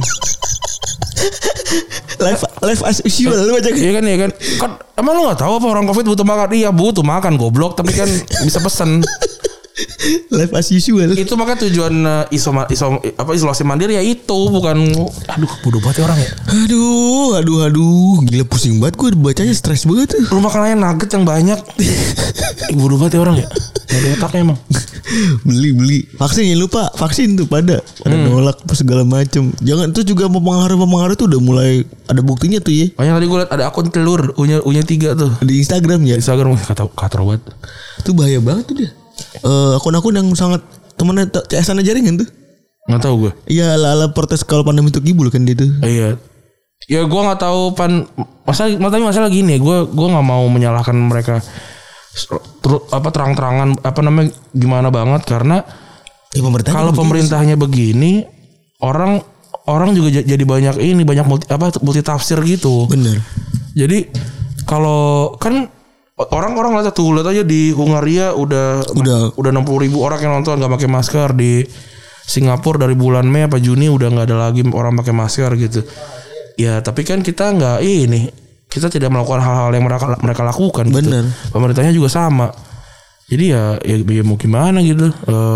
[SPEAKER 4] Live as usual lu baca.
[SPEAKER 3] Iya kan. Kan emang lu enggak tahu apa orang COVID butuh makan? Iya, butuh makan goblok, tapi kan bisa pesen.
[SPEAKER 4] Live as usual.
[SPEAKER 3] Itu makanya tujuan isolasi mandiri ya itu, bukan bodoh banget ya orang ya.
[SPEAKER 4] Aduh, gila pusing banget gue bacanya, stres banget.
[SPEAKER 3] Lu makan aja nugget yang banyak. Bodoh banget ya orang ya. Gak ada otaknya emang.
[SPEAKER 4] Beli vaksin, jangan lupa vaksin tuh pada nolak apa segala macem. Jangan tuh juga pengaruh tuh udah mulai ada buktinya tuh ya.
[SPEAKER 3] Banyak tadi gue liat ada akun telur unya 3 tuh
[SPEAKER 4] di Instagram ya.
[SPEAKER 3] Instagram kata banget.
[SPEAKER 4] Itu bahaya banget tuh dia. Akun-akun yang sangat temennya CS-an jaringan tuh.
[SPEAKER 3] Nggak tahu gue.
[SPEAKER 4] Iya ala protes kalau pandemi itu gibul kan dia tuh.
[SPEAKER 3] Iya. Ya gue nggak tahu masalah gini. Gue nggak mau menyalahkan mereka terang-terangan gimana banget, karena kalau pemerintahnya begini orang juga jadi banyak multi tafsir gitu.
[SPEAKER 4] Bener.
[SPEAKER 3] Jadi kalau kan orang lihat aja di Hungaria udah 60.000 orang yang nonton nggak pakai masker. Di Singapura dari bulan Mei apa Juni udah nggak ada lagi orang pakai masker gitu. Ya tapi kan kita nggak kita tidak melakukan hal-hal yang mereka lakukan.
[SPEAKER 4] Bener.
[SPEAKER 3] Gitu. Pemerintahnya juga sama. Jadi ya mau gimana gitu.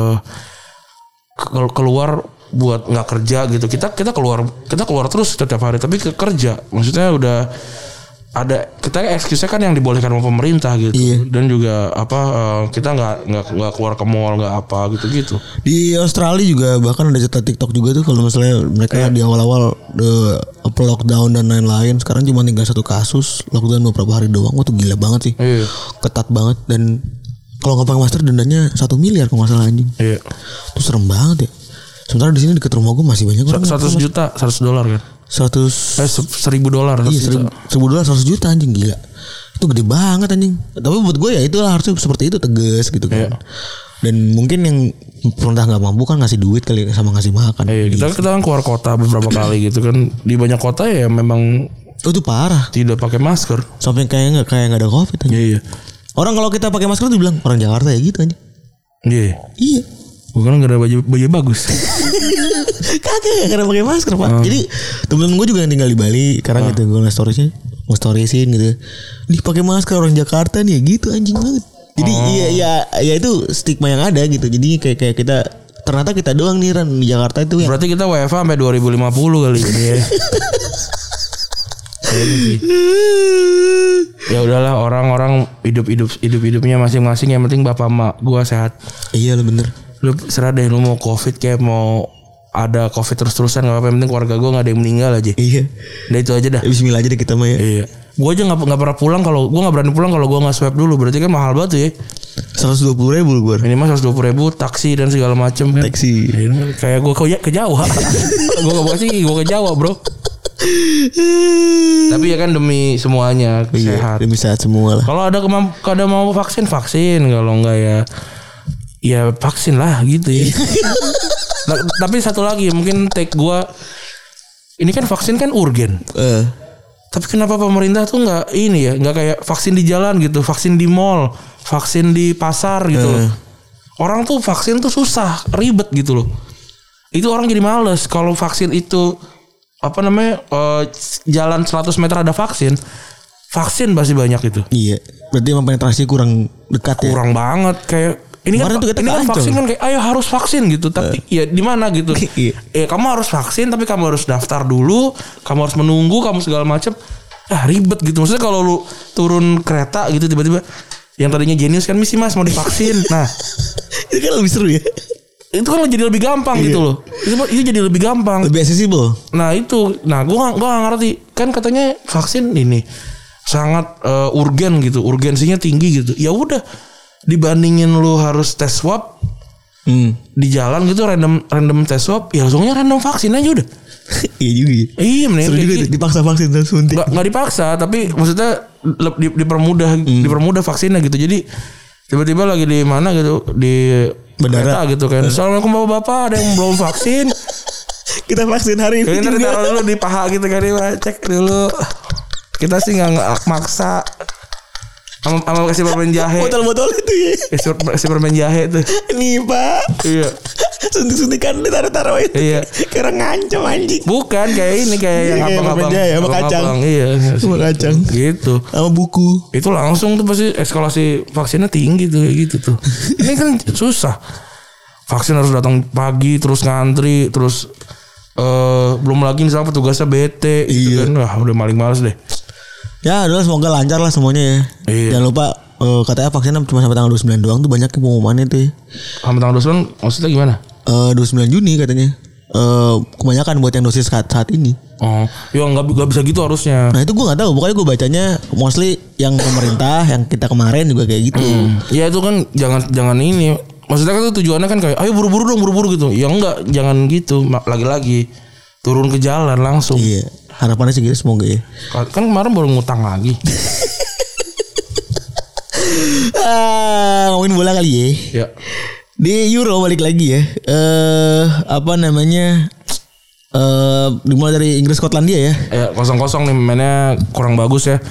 [SPEAKER 3] Keluar buat nggak kerja gitu. Kita keluar terus setiap hari, tapi kerja. Maksudnya udah ada kita excuse-nya kan yang dibolehkan sama pemerintah gitu. Iya. Dan juga kita nggak keluar ke mall, nggak apa gitu.
[SPEAKER 4] Di Australia juga bahkan ada cerita TikTok juga tuh kalau misalnya mereka di awal-awal lockdown dan lain-lain, sekarang cuma tinggal 1 kasus, lockdown beberapa hari doang. Wah tuh gila banget sih. Iya. Ketat banget, dan kalau nggak pakai masker dendanya 1 miliar kalau nggak salah anjing. Iya. Itu serem banget ya. Sementara di sini dekat rumah gue masih banyak orang. $100 kan. $100,000.
[SPEAKER 3] Iya,
[SPEAKER 4] $1,000 100 juta anjing, gila. Itu gede banget anjing. Tapi buat gue ya itulah harusnya seperti itu, tegas gitu kan. Iya. Dan mungkin yang pemerintah nggak mampu kan ngasih duit kali sama ngasih makan.
[SPEAKER 3] Iya, kita kan keluar kota beberapa kali gitu kan. Di banyak kota ya memang
[SPEAKER 4] itu parah.
[SPEAKER 3] Tidak pakai masker.
[SPEAKER 4] Sampai kayak nggak ada COVID anjing.
[SPEAKER 3] Iya.
[SPEAKER 4] Orang kalau kita pakai masker tuh bilang orang Jakarta ya gitu anjing. Iya.
[SPEAKER 3] Bukan gak ada baju bagus.
[SPEAKER 4] Kagak ada pakai masker pak. Jadi temen gue juga yang tinggal di Bali sekarang gitu, gue nge-storiesin gitu. Nih pakai masker orang Jakarta nih gitu, anjing banget. Jadi ya itu stigma yang ada gitu. Jadi kayak kita ternyata kita doang nih Ran di Jakarta itu.
[SPEAKER 3] Berarti kita WFH sampai 2050 kali ini ya. Ya udahlah, orang-orang hidupnya masing-masing, yang penting bapak emak gua sehat.
[SPEAKER 4] Iya lo bener.
[SPEAKER 3] Lu serah deh, lu mau COVID kayak mau ada COVID terus-terusan gak apa-apa, yang penting keluarga gue gak ada yang meninggal aja. Iya. Udah itu aja dah.
[SPEAKER 4] Bismillah aja deh kita mah ya.
[SPEAKER 3] Iya. Gue aja gak pernah pulang kalau gue gak berani pulang kalau gue gak swab dulu. Berarti kan mahal banget tuh ya.
[SPEAKER 4] 120.000 gue.
[SPEAKER 3] Minimal 120.000 taksi dan segala macem kan.
[SPEAKER 4] Taksi.
[SPEAKER 3] Kayak gue ke Jawa. Gue gak bakal sih, gue ke Jawa bro. Tapi ya kan demi semuanya sehat.
[SPEAKER 4] Demi sehat semua lah.
[SPEAKER 3] Kalau ada mau vaksin, kalau enggak ya vaksin lah gitu ya. Tapi satu lagi mungkin take gue, ini kan vaksin kan urgen. Tapi kenapa pemerintah tuh nggak kayak vaksin di jalan gitu, vaksin di mall, vaksin di pasar gitu loh. Orang tuh vaksin tuh susah, ribet gitu loh. Itu orang jadi males. Kalau vaksin itu jalan 100 meter ada vaksin pasti banyak gitu. Iya.
[SPEAKER 4] Berarti emang penetrasi kurang dekat ya.
[SPEAKER 3] Kurang banget kayak. Ini kan vaksin kan kayak ayo harus vaksin gitu, tapi ya di mana gitu. Kamu harus vaksin tapi kamu harus daftar dulu, kamu harus menunggu, kamu segala macam. Ribet gitu. Maksudnya kalau lu turun kereta gitu tiba-tiba yang tadinya jenius kan misi mas mau divaksin. Nah,
[SPEAKER 4] itu kan lebih seru ya.
[SPEAKER 3] itu kan jadi lebih gampang gitu loh. Itu jadi lebih gampang.
[SPEAKER 4] Lebih accessible.
[SPEAKER 3] Nah itu, gua nggak ngerti. Kan katanya vaksin ini sangat urgen gitu, urgensinya tinggi gitu. Ya udah, dibandingin lu harus tes swab di jalan gitu, random tes swab, ya langsungnya random vaksin aja udah.
[SPEAKER 4] Iya juga.
[SPEAKER 3] Iya bener.
[SPEAKER 4] Seru juga dipaksa vaksin terus suntik.
[SPEAKER 3] Nggak dipaksa, tapi maksudnya dipermudah vaksinnya gitu. Jadi tiba-tiba lagi di mana gitu, di
[SPEAKER 4] bandara
[SPEAKER 3] gitu kan. Assalamualaikum bapak-bapak, ada yang belum vaksin.
[SPEAKER 4] Kita vaksin hari ini.
[SPEAKER 3] Kita taruh dulu di paha gitu kan, cek dulu. Kita sih nggak maksa. Sama kasih permen jahe.
[SPEAKER 4] Botol-botol itu ya.
[SPEAKER 3] Kasih permen jahe tuh.
[SPEAKER 4] Nih pak.
[SPEAKER 3] Iya.
[SPEAKER 4] Suntik-suntikan ditaruh-taruh itu.
[SPEAKER 3] Iya.
[SPEAKER 4] Kayak ngancam anjing.
[SPEAKER 3] Bukan kayak ini, kayak yang abang-abang.
[SPEAKER 4] Sama kacang.
[SPEAKER 3] Iya.
[SPEAKER 4] Sama kacang.
[SPEAKER 3] Gitu.
[SPEAKER 4] Sama buku.
[SPEAKER 3] Itu langsung tuh pasti eskalasi vaksinnya tinggi tuh kayak gitu tuh. Ini kan susah. Vaksin harus datang pagi, terus ngantri, terus belum lagi misalnya petugasnya bete gitu kan. Wah udah paling males deh.
[SPEAKER 4] Ya adalah semoga lancar lah semuanya ya. Iya. Jangan lupa katanya vaksinnya cuma sampai tanggal 29 doang tuh, banyak pengumumannya tuh.
[SPEAKER 3] Sampai tanggal 29 maksudnya gimana?
[SPEAKER 4] 29 Juni katanya. Kebanyakan buat yang dosis saat ini.
[SPEAKER 3] Oh, ya nggak bisa gitu harusnya.
[SPEAKER 4] Nah itu gue nggak tahu. Pokoknya gue bacanya mostly yang pemerintah, yang kita kemarin juga kayak gitu.
[SPEAKER 3] Ya itu kan jangan ini. Maksudnya kan itu tujuannya kan kayak ayo buru-buru gitu. Ya enggak, jangan gitu. Lagi-lagi turun ke jalan langsung.
[SPEAKER 4] Iya. Harapannya sih gitu, semoga ya.
[SPEAKER 3] Kan kemarin baru ngutang lagi.
[SPEAKER 4] Ngomongin bola kali ya.
[SPEAKER 3] Ya.
[SPEAKER 4] Di Euro balik lagi ya. Apa namanya? Dimulai dari Inggris Skotlandia ya.
[SPEAKER 3] Ya 0-0 nih, mainnya kurang bagus ya.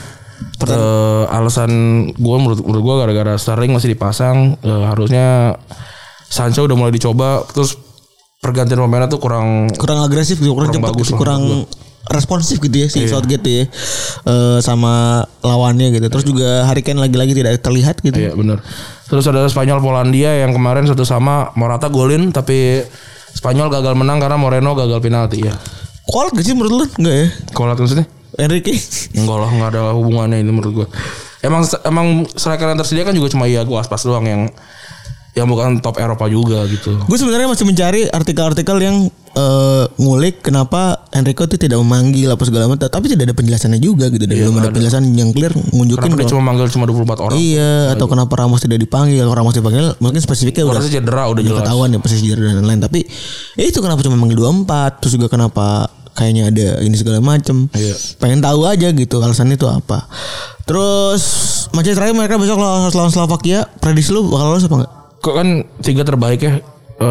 [SPEAKER 3] Alasan gue menurut gue gara-gara Sterling masih dipasang, harusnya Sancho udah mulai dicoba, terus pergantian pemainnya tuh kurang
[SPEAKER 4] agresif gitu, kurang cepat, kurang responsif gitu ya si Southgate ya, sama lawannya gitu. Terus juga Harry Kane lagi-lagi tidak terlihat gitu.
[SPEAKER 3] Iya benar. Terus ada Spanyol Polandia yang kemarin 1-1, Morata golin tapi Spanyol gagal menang karena Moreno gagal penalti ya.
[SPEAKER 4] Kolot gak sih menurut lu? Enggak ya?
[SPEAKER 3] Kolot maksudnya?
[SPEAKER 4] Enrique?
[SPEAKER 3] Enggak lah, enggak ada hubungannya ini menurut gue. Emang striker yang tersedia kan juga cuma Iago Aspas doang yang bukan top Eropa juga gitu. Gue
[SPEAKER 4] sebenarnya masih mencari artikel-artikel yang ngulik kenapa Enrico itu tidak memanggil apa segala macam, tapi tidak ada penjelasannya juga gitu. Belum ada penjelasan yang clear nunjukin
[SPEAKER 3] kenapa dia cuma manggil cuma 24 orang.
[SPEAKER 4] Iya, atau kenapa Ramos tidak dipanggil. Kalau Ramos dipanggil mungkin spesifiknya udah
[SPEAKER 3] cedera, udah jelas
[SPEAKER 4] ketahuan ya, posisi cedera dan lain-lain. Tapi itu kenapa cuma manggil 24, terus juga kenapa kayaknya ada ini segala macam. Iya. Pengen tahu aja gitu alasannya itu apa. Terus match terakhir mereka besok lawan Slovakia. Prediksi lu bakal lolos apa enggak?
[SPEAKER 3] Kok kan 3 terbaik ya,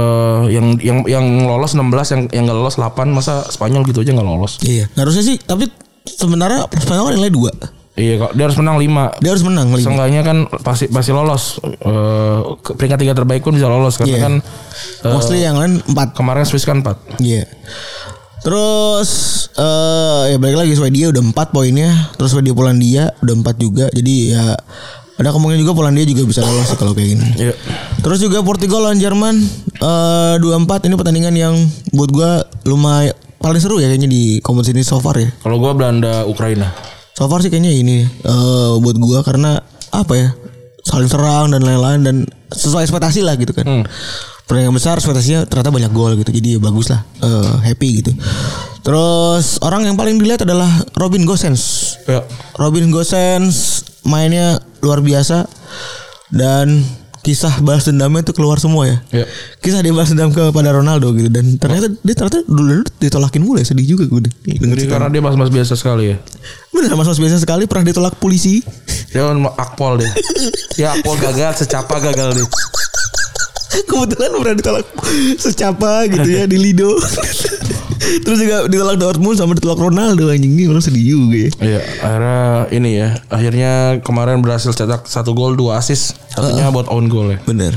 [SPEAKER 3] yang lolos 16, yang nggak lolos 8, masa Spanyol gitu aja nggak lolos? Iya.
[SPEAKER 4] Harusnya sih, tapi sebenarnya Spanyol kan nilai 2.
[SPEAKER 3] Iya, kok dia harus menang 5.
[SPEAKER 4] Dia harus menang 5.
[SPEAKER 3] Seenggaknya kan pasti lolos. Peringkat 3 terbaik pun bisa lolos karena kan
[SPEAKER 4] mostly yang lain 4.
[SPEAKER 3] Kemarin Swiss kan 4.
[SPEAKER 4] Iya. Terus ya balik lagi, Swedia udah 4 poinnya. Terus Swedia Polandia udah 4 juga. Jadi ya ada kemungkinan juga Polandia juga bisa lolos kalau kayak gini. Iya. Terus juga Portugal lawan Jerman 2-4. Ini pertandingan yang buat gua lumayan paling seru ya kayaknya di kompetisi ini so far ya.
[SPEAKER 3] Kalau gua Belanda Ukraina.
[SPEAKER 4] So far sih kayaknya ini buat gua karena apa ya? Saling serang dan lain-lain dan sesuai ekspektasi lah gitu kan. Pertandingan besar ekspektasinya ternyata banyak gol gitu. Jadi ya bagus lah, happy gitu. Terus orang yang paling dilihat adalah Robin Gosens. Ya. Robin Gosens mainnya luar biasa dan kisah balas dendamnya itu keluar semua ya. Kisah dia balas dendam kepada Ronaldo gitu, dan ternyata dia dulu ditolakin mulai, sedih juga gue
[SPEAKER 3] dengar. Karena dia mas-mas biasa sekali ya.
[SPEAKER 4] Bener, mas-mas biasa sekali, pernah ditolak polisi.
[SPEAKER 3] Dia akpol deh. Ya akpol gagal, secapa gagal deh.
[SPEAKER 4] Kebetulan pernah ditolak secapa gitu ya di Lido. Terus juga ditolak Dortmund sama ditolak Ronaldo, anjing, ini orang sedih juga ya.
[SPEAKER 3] Iya, akhirnya ini ya. Akhirnya kemarin berhasil cetak 1 gol 2 assist, satunya buat own goal ya.
[SPEAKER 4] Bener.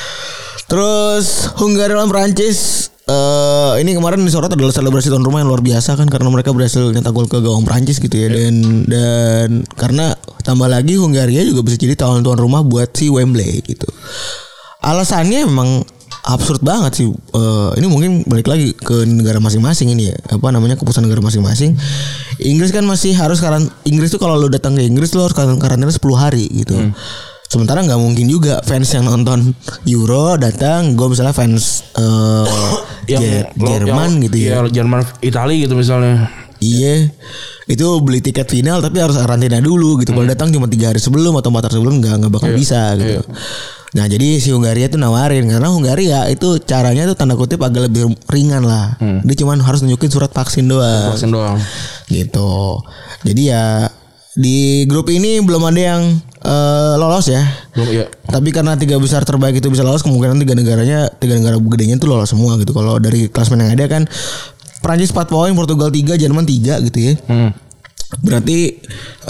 [SPEAKER 4] Terus Hungaria lawan Prancis. Ini kemarin disorot adalah selebrasi tuan rumah yang luar biasa kan, karena mereka berhasil nyetak gol ke gawang Prancis gitu ya. Dan karena tambah lagi Hungaria juga bisa jadi tuan rumah buat si Wembley gitu. Alasannya memang absurd banget sih. Ini mungkin balik lagi ke negara masing-masing ini ya. Apa namanya, keputusan negara masing-masing. Inggris kan masih harus Inggris tuh kalau lo datang ke Inggris lo harus karantina 10 hari gitu. Sementara nggak mungkin juga fans yang nonton Euro datang, gue misalnya fans Jerman gitu ya.
[SPEAKER 3] Iya, Jerman, Italia gitu misalnya.
[SPEAKER 4] Iya, itu beli tiket final tapi harus karantina dulu gitu. Kalau datang cuma 3 hari sebelum atau 4 hari sebelum nggak bakal bisa gitu. Nah jadi si Hungaria tuh nawarin, karena Hungaria itu caranya tuh tanda kutip agak lebih ringan lah. Dia cuma harus nunjukin surat vaksin doang. Gitu. Jadi ya di grup ini belum ada yang lolos ya. Tapi karena 3 besar terbaik itu bisa lolos, kemungkinan 3 negara gedenya tuh lolos semua gitu. Kalau dari klasemen yang ada kan Prancis 4 poin, Portugal 3, Jerman 3 gitu ya. Berarti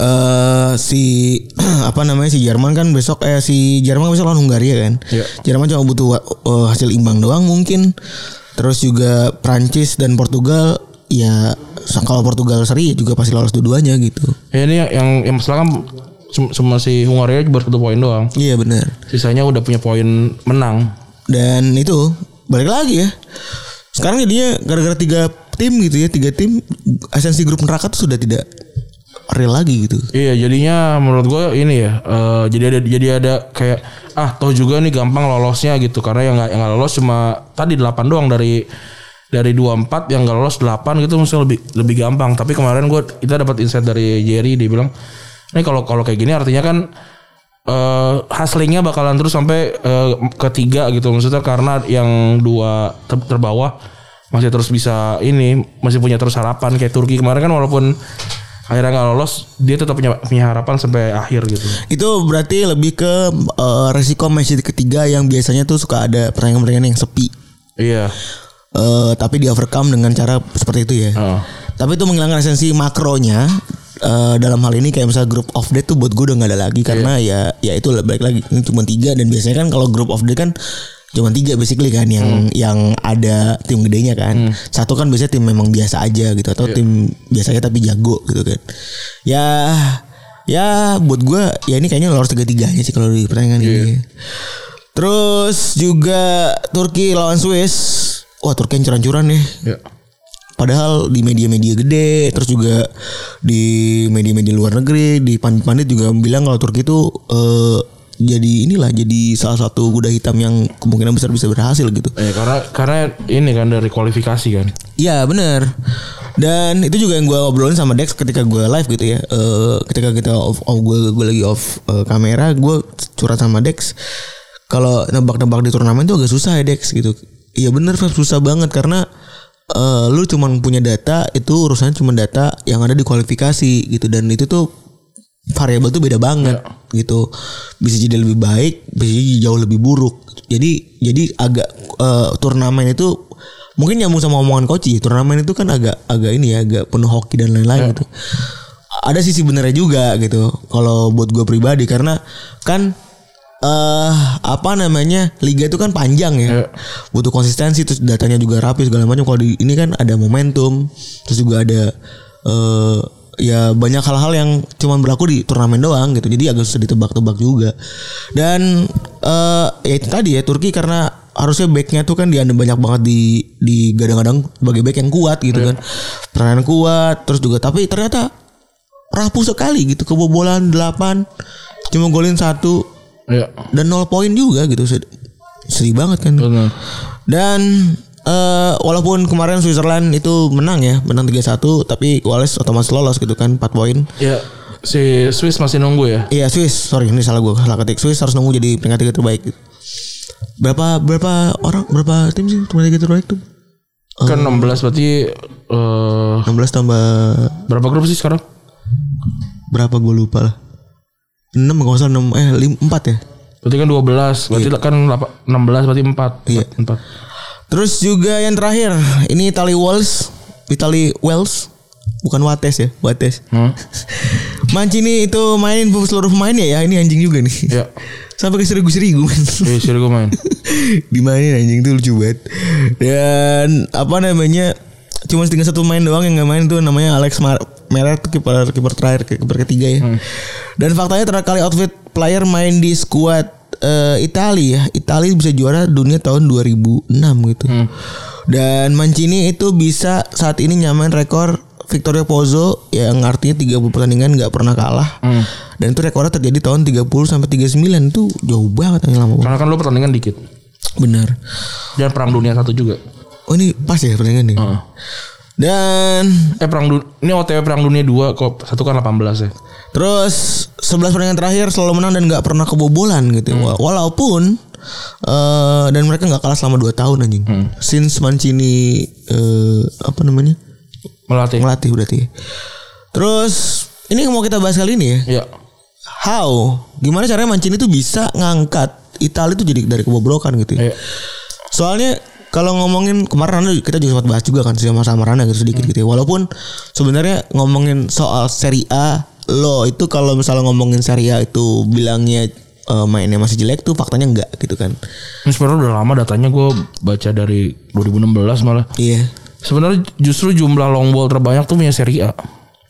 [SPEAKER 4] si Jerman kan besok si Jerman besok lawan Hungaria kan. Jerman cuma butuh hasil imbang doang mungkin. Terus juga Prancis dan Portugal ya, kalau Portugal seri juga pasti lolos dua-duanya gitu.
[SPEAKER 3] Ya ini yang masalah kan cuma si Hungaria baru 1 poin doang.
[SPEAKER 4] Iya benar.
[SPEAKER 3] Sisanya udah punya poin menang.
[SPEAKER 4] Dan itu balik lagi ya. Sekarang jadinya gara-gara 3 tim gitu ya, 3 tim esensi grup neraka tuh sudah tidak real lagi gitu.
[SPEAKER 3] Iya, jadinya menurut gue ini ya, jadi ada kayak toh juga nih gampang lolosnya gitu, karena yang nggak lolos cuma tadi 8 doang dari 24, yang nggak lolos 8 gitu, maksudnya lebih gampang. Tapi kemarin kita dapat insight dari Jerry, dia bilang ini kalau kayak gini artinya kan hustlingnya bakalan terus sampai ke 3 gitu, maksudnya karena yang 2 terbawah masih terus bisa masih punya terus harapan. Kayak Turki kemarin kan walaupun akhirnya nggak lolos, dia tetap punya harapan sampai akhir gitu. Itu
[SPEAKER 4] berarti lebih ke resiko match ketiga yang biasanya tuh suka ada pertandingan-pertandingan yang sepi.
[SPEAKER 3] Iya.
[SPEAKER 4] Tapi di overcome dengan cara seperti itu ya. Tapi itu menghilangkan esensi makronya. Dalam hal ini kayak misalnya group of death tuh buat gue udah nggak ada lagi, karena ya itu balik lagi ini cuma 3, dan biasanya kan kalau group of death kan cuma 3 basically kan yang ada tim gedenya kan. Satu kan biasanya tim memang biasa aja gitu, atau tim biasanya tapi jago gitu kan. Ya buat gue ya ini kayaknya lolos 3-3-nya sih kalau di pertandingan ini. Terus juga Turki lawan Swiss. Wah, Turki yang curan-curan ya. Padahal di media-media gede, terus juga di media-media luar negeri, di pandit-pandit juga bilang kalau Turki itu jadi salah satu kuda hitam yang kemungkinan besar bisa berhasil gitu.
[SPEAKER 3] Karena ini kan dari kualifikasi kan.
[SPEAKER 4] Iya benar. Dan itu juga yang gue obrolin sama Dex ketika gue live gitu ya. Ketika kita gue lagi off kamera, gue curhat sama Dex. Kalau nebak-nebak di turnamen itu agak susah ya Dex gitu. Iya benar, susah banget karena lu cuma punya data, itu urusannya cuma data yang ada di kualifikasi gitu, dan itu tuh variabel tuh beda banget gitu. Bisa jadi lebih baik, bisa jadi jauh lebih buruk. Jadi agak turnamen itu mungkin nyambung sama omongan Koci. Turnamen itu kan agak ini ya, agak penuh hoki dan lain-lain gitu. Ada sisi benernya juga gitu kalau buat gue pribadi, karena kan liga itu kan panjang ya, butuh konsistensi, terus datanya juga rapi segala macam. Kalau di ini kan ada momentum, terus juga ada ya banyak hal-hal yang cuma berlaku di turnamen doang gitu, jadi agak susah ditebak-tebak juga. Dan ya itu tadi ya, Turki karena harusnya backnya tuh kan diandalkan banyak banget di gadang-gadang sebagai back yang kuat gitu kan, peranan kuat, terus juga tapi ternyata rapuh sekali gitu, kebobolan 8, cuma golin 1. Dan 0 poin juga gitu, sedih banget kan. Dan walaupun kemarin Switzerland itu menang 3-1, tapi Wales otomatis lolos gitu kan, 4 poin.
[SPEAKER 3] Iya, si Swiss masih nunggu ya.
[SPEAKER 4] Iya Swiss, sorry ini salah ketik. Swiss harus nunggu jadi peringkat 3 terbaik. Berapa tim sih peringkat 3 terbaik tuh?
[SPEAKER 3] Kan 16 berarti
[SPEAKER 4] 16 tambah
[SPEAKER 3] berapa grup sih sekarang?
[SPEAKER 4] Berapa gue lupa lah. 6 kalau salah 4 ya.
[SPEAKER 3] Berarti kan 12, berarti kan 16 berarti 4.
[SPEAKER 4] Iya.
[SPEAKER 3] 4.
[SPEAKER 4] Terus juga yang terakhir, ini Italy Wales. Bukan Wates ya, Wates. Mancini itu mainin seluruh pemainnya ya, ini anjing juga nih. Iya. Sampai ke serigu man.
[SPEAKER 3] Iya, serigu main.
[SPEAKER 4] Dimainin anjing tuh lucu banget. Dan cuma tinggal 1 main doang yang enggak main tuh, namanya Alex Meret, kiper terakhir, kiper ketiga ya. Dan faktanya terakhir kali outfit player main di skuad Italia bisa juara dunia tahun 2006 gitu. Dan Mancini itu bisa saat ini nyamain rekor Vittorio Pozzo yang artinya 30 pertandingan nggak pernah kalah. Dan itu rekornya terjadi tahun 30 sampai 39 itu jauh banget yang lama.
[SPEAKER 3] Karena kan lo pertandingan dikit.
[SPEAKER 4] Benar.
[SPEAKER 3] Dan Perang Dunia 1 juga.
[SPEAKER 4] Oh ini pas ya pertandingan nih. Dan
[SPEAKER 3] ini OTW Perang Dunia 2 kok 1 kan 18 ya.
[SPEAKER 4] Terus 11 pertandingan terakhir selalu menang dan nggak pernah kebobolan gitu. Walaupun dan mereka nggak kalah selama 2 tahun anjing. Since Mancini melatih berarti. Terus ini yang mau kita bahas kali ini ya.
[SPEAKER 3] Iya.
[SPEAKER 4] Gimana caranya Mancini tuh bisa ngangkat Italia tuh jadi dari kebobrokan gitu. Iya. Soalnya kalau ngomongin kemarin kita juga sempat bahas juga kan sama Rana gitu sedikit gitu ya. Walaupun sebenarnya ngomongin soal Serie A, lo itu kalau misalnya ngomongin Serie A itu bilangnya mainnya masih jelek tuh faktanya enggak gitu kan.
[SPEAKER 3] Ini sebenarnya udah lama datanya gue baca dari 2016 malah.
[SPEAKER 4] Iya.
[SPEAKER 3] Sebenarnya justru jumlah long ball terbanyak tuh punya Serie A.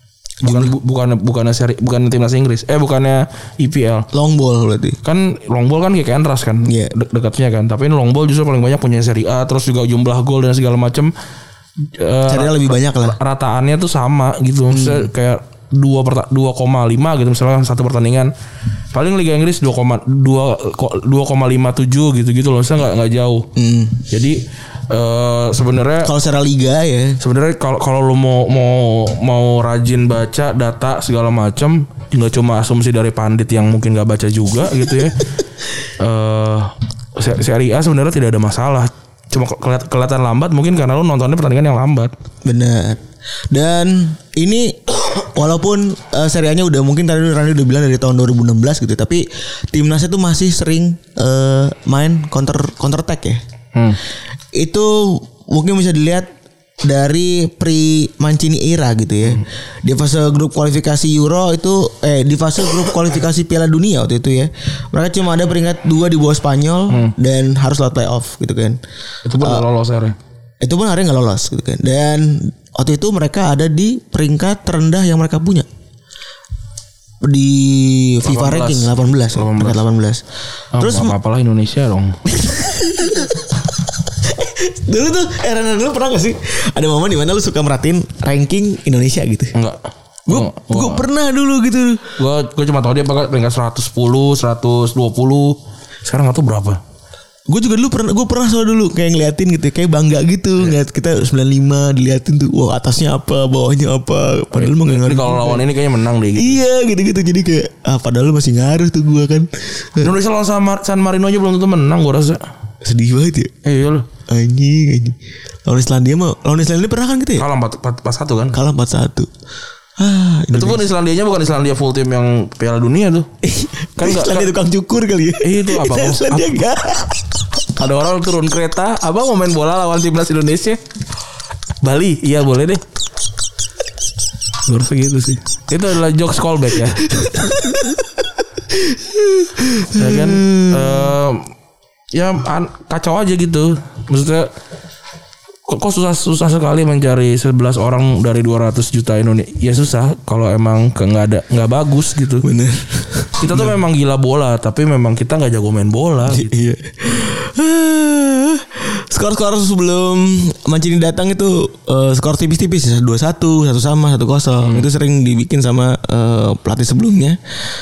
[SPEAKER 3] Bukan timnas Inggris. Bukannya IPL.
[SPEAKER 4] Long ball berarti.
[SPEAKER 3] Kan long ball kan kayak Andras kan.
[SPEAKER 4] Iya.
[SPEAKER 3] Dekatnya kan. Tapi ini long ball justru paling banyak punya Serie A. Terus juga jumlah gol dan segala macam.
[SPEAKER 4] Serie A lebih banyak lah.
[SPEAKER 3] Rataannya tuh sama gitu. Misalnya kayak 2,5 gitu misalnya satu pertandingan. Paling Liga Inggris 2,57 gitu loh. Misalnya nggak jauh. Jadi sebenarnya
[SPEAKER 4] kalau secara liga ya
[SPEAKER 3] sebenarnya kalau lu mau rajin baca data segala macam nggak cuma asumsi dari pandit yang mungkin nggak baca juga gitu ya. Serie A sebenarnya tidak ada masalah, cuma kelihatan lambat mungkin karena lu nontonnya pertandingan yang lambat.
[SPEAKER 4] Benar. Dan ini walaupun Serie A-nya udah mungkin tadi Rani udah bilang dari tahun 2016 gitu, tapi timnasnya tuh masih sering main counter attack ya. Itu mungkin bisa dilihat dari pre-Mancini era gitu ya. Di fase grup kualifikasi Euro itu di fase grup kualifikasi Piala Dunia waktu itu ya. Mereka cuma ada peringkat 2 di bawah Spanyol dan harus lewat playoff gitu kan.
[SPEAKER 3] Itu pun nggak lolos akhirnya.
[SPEAKER 4] Itu pun akhirnya nggak lolos gitu kan. Dan waktu itu mereka ada di peringkat terendah yang mereka punya. Di FIFA ranking 18. Peringkat 18.
[SPEAKER 3] Terus apalah Indonesia dong.
[SPEAKER 4] Dulu tuh Rana dulu pernah gak sih ada momen di mana lu suka merhatiin ranking Indonesia gitu?
[SPEAKER 3] Enggak.
[SPEAKER 4] Gue pernah dulu gitu.
[SPEAKER 3] Gue cuma tahu dia pakai peringkat 110, 120. Sekarang enggak tahu berapa.
[SPEAKER 4] Gue juga dulu pernah soal dulu kayak ngeliatin gitu, kayak bangga gitu ngeliat kita 95 diliatin tuh, wah atasnya apa, bawahnya apa. Padahal mah enggak ngerti.
[SPEAKER 3] Kalau lawan ini kayaknya menang deh gitu.
[SPEAKER 4] Iya gitu-gitu jadi kayak padahal masih ngaruh tuh gue kan.
[SPEAKER 3] Indonesia lawan San Marino aja belum tentu menang gue rasa.
[SPEAKER 4] Sedih banget ya.
[SPEAKER 3] Iya loh.
[SPEAKER 4] Anjing. Lawan Islandia pernah kan gitu ya?
[SPEAKER 3] Kalah 4-1 kan?
[SPEAKER 4] Kalah 4-1.
[SPEAKER 3] Itu pun Islandianya bukan Islandia full tim yang Piala Dunia tuh.
[SPEAKER 4] Kan Islandia tukang cukur kali ya.
[SPEAKER 3] Itu apa?
[SPEAKER 4] Islandia enggak.
[SPEAKER 3] Ada orang turun kereta, abang mau main bola lawan timnas Indonesia. Bali, iya boleh deh. Baru gitu sih. Itu adalah jokes callback ya. Ya kan kacau aja gitu. Maksudnya kok susah sekali mencari 11 orang dari 200 juta Indonesia. Ya susah kalau emang nggak bagus gitu.
[SPEAKER 4] Bener.
[SPEAKER 3] Kita tuh memang gila bola, tapi memang kita nggak jago main bola. Gitu.
[SPEAKER 4] Iya. Skor-skor sebelum Mancini datang itu skor tipis-tipis ya, 2-1, 1 sama, 1-0. Itu sering dibikin sama pelatih sebelumnya.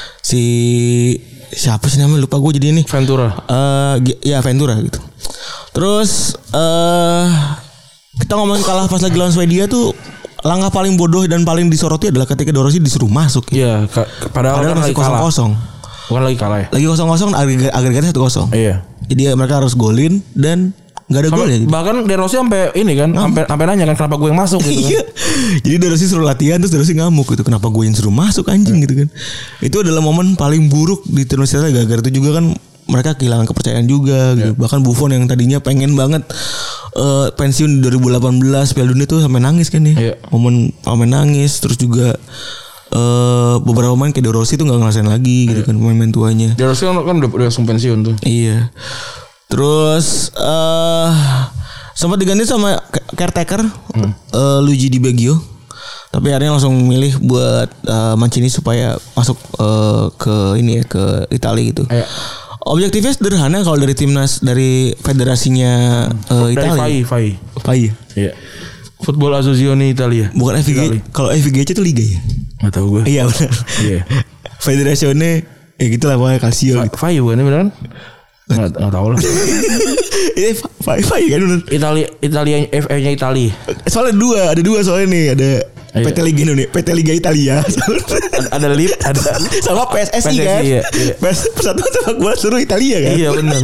[SPEAKER 4] Siapa sih namanya, lupa gue jadi ini.
[SPEAKER 3] Ventura.
[SPEAKER 4] Ya Ventura gitu. Terus kita ngomongin kalah pas lagi lawan Swedia tuh, langkah paling bodoh dan paling disoroti adalah ketika De Rossi disuruh masuk.
[SPEAKER 3] Iya, padahal kan
[SPEAKER 4] masih 0-0.
[SPEAKER 3] Bukan lagi kalah ya?
[SPEAKER 4] Lagi 0-0, agregatnya 1-0. Iya. Jadi mereka harus golin dan nggak ada gol ya.
[SPEAKER 3] Bahkan De Rossi sampai ini kan, sampai nanya kan kenapa gue yang masuk gitu kan.
[SPEAKER 4] Jadi De Rossi suruh latihan, terus De Rossi ngamuk gitu, kenapa gue yang suruh masuk anjing gitu kan. Itu adalah momen paling buruk di timnas kita, gara-gara itu juga kan mereka kehilangan kepercayaan juga gitu. Bahkan Buffon yang tadinya pengen banget pensiun di 2018 Piala Dunia tuh sampai nangis kan ya. Momen nangis. Terus juga beberapa pemain kayak De Rossi tuh nggak ngerasain lagi gitu kan, pemain tuanya.
[SPEAKER 3] De Rossi kan udah langsung pensiun tuh.
[SPEAKER 4] Iya. Terus sempat diganti sama caretaker Luigi Di Baggio, tapi akhirnya langsung milih buat Mancini supaya masuk ke ini ya, ke Italia gitu. Objektifnya sederhana kalau dari timnas, dari federasinya Italia.
[SPEAKER 3] Dari FAI.
[SPEAKER 4] FAI.
[SPEAKER 3] Iya. Football Associazione Italia.
[SPEAKER 4] Bukan FIGC. Kalau FIGC itu liga ya?
[SPEAKER 3] Enggak tahu gue.
[SPEAKER 4] Iya benar.
[SPEAKER 3] Iya.
[SPEAKER 4] Federazione gitulah pokoknya Calcio.
[SPEAKER 3] Fai bukan beneran? Enggak tahu lah.
[SPEAKER 4] Ini Fai kan benar.
[SPEAKER 3] Italia FA-nya Italia.
[SPEAKER 4] Soalnya ada dua soalnya nih, ada PT Liga Indonesia, PT Liga Italia.
[SPEAKER 3] Ada LIP, ada
[SPEAKER 4] sama PSSI kan.
[SPEAKER 3] Iya.
[SPEAKER 4] Persatuan Sepak Bola Seluruh Italia kan.
[SPEAKER 3] Iya benar.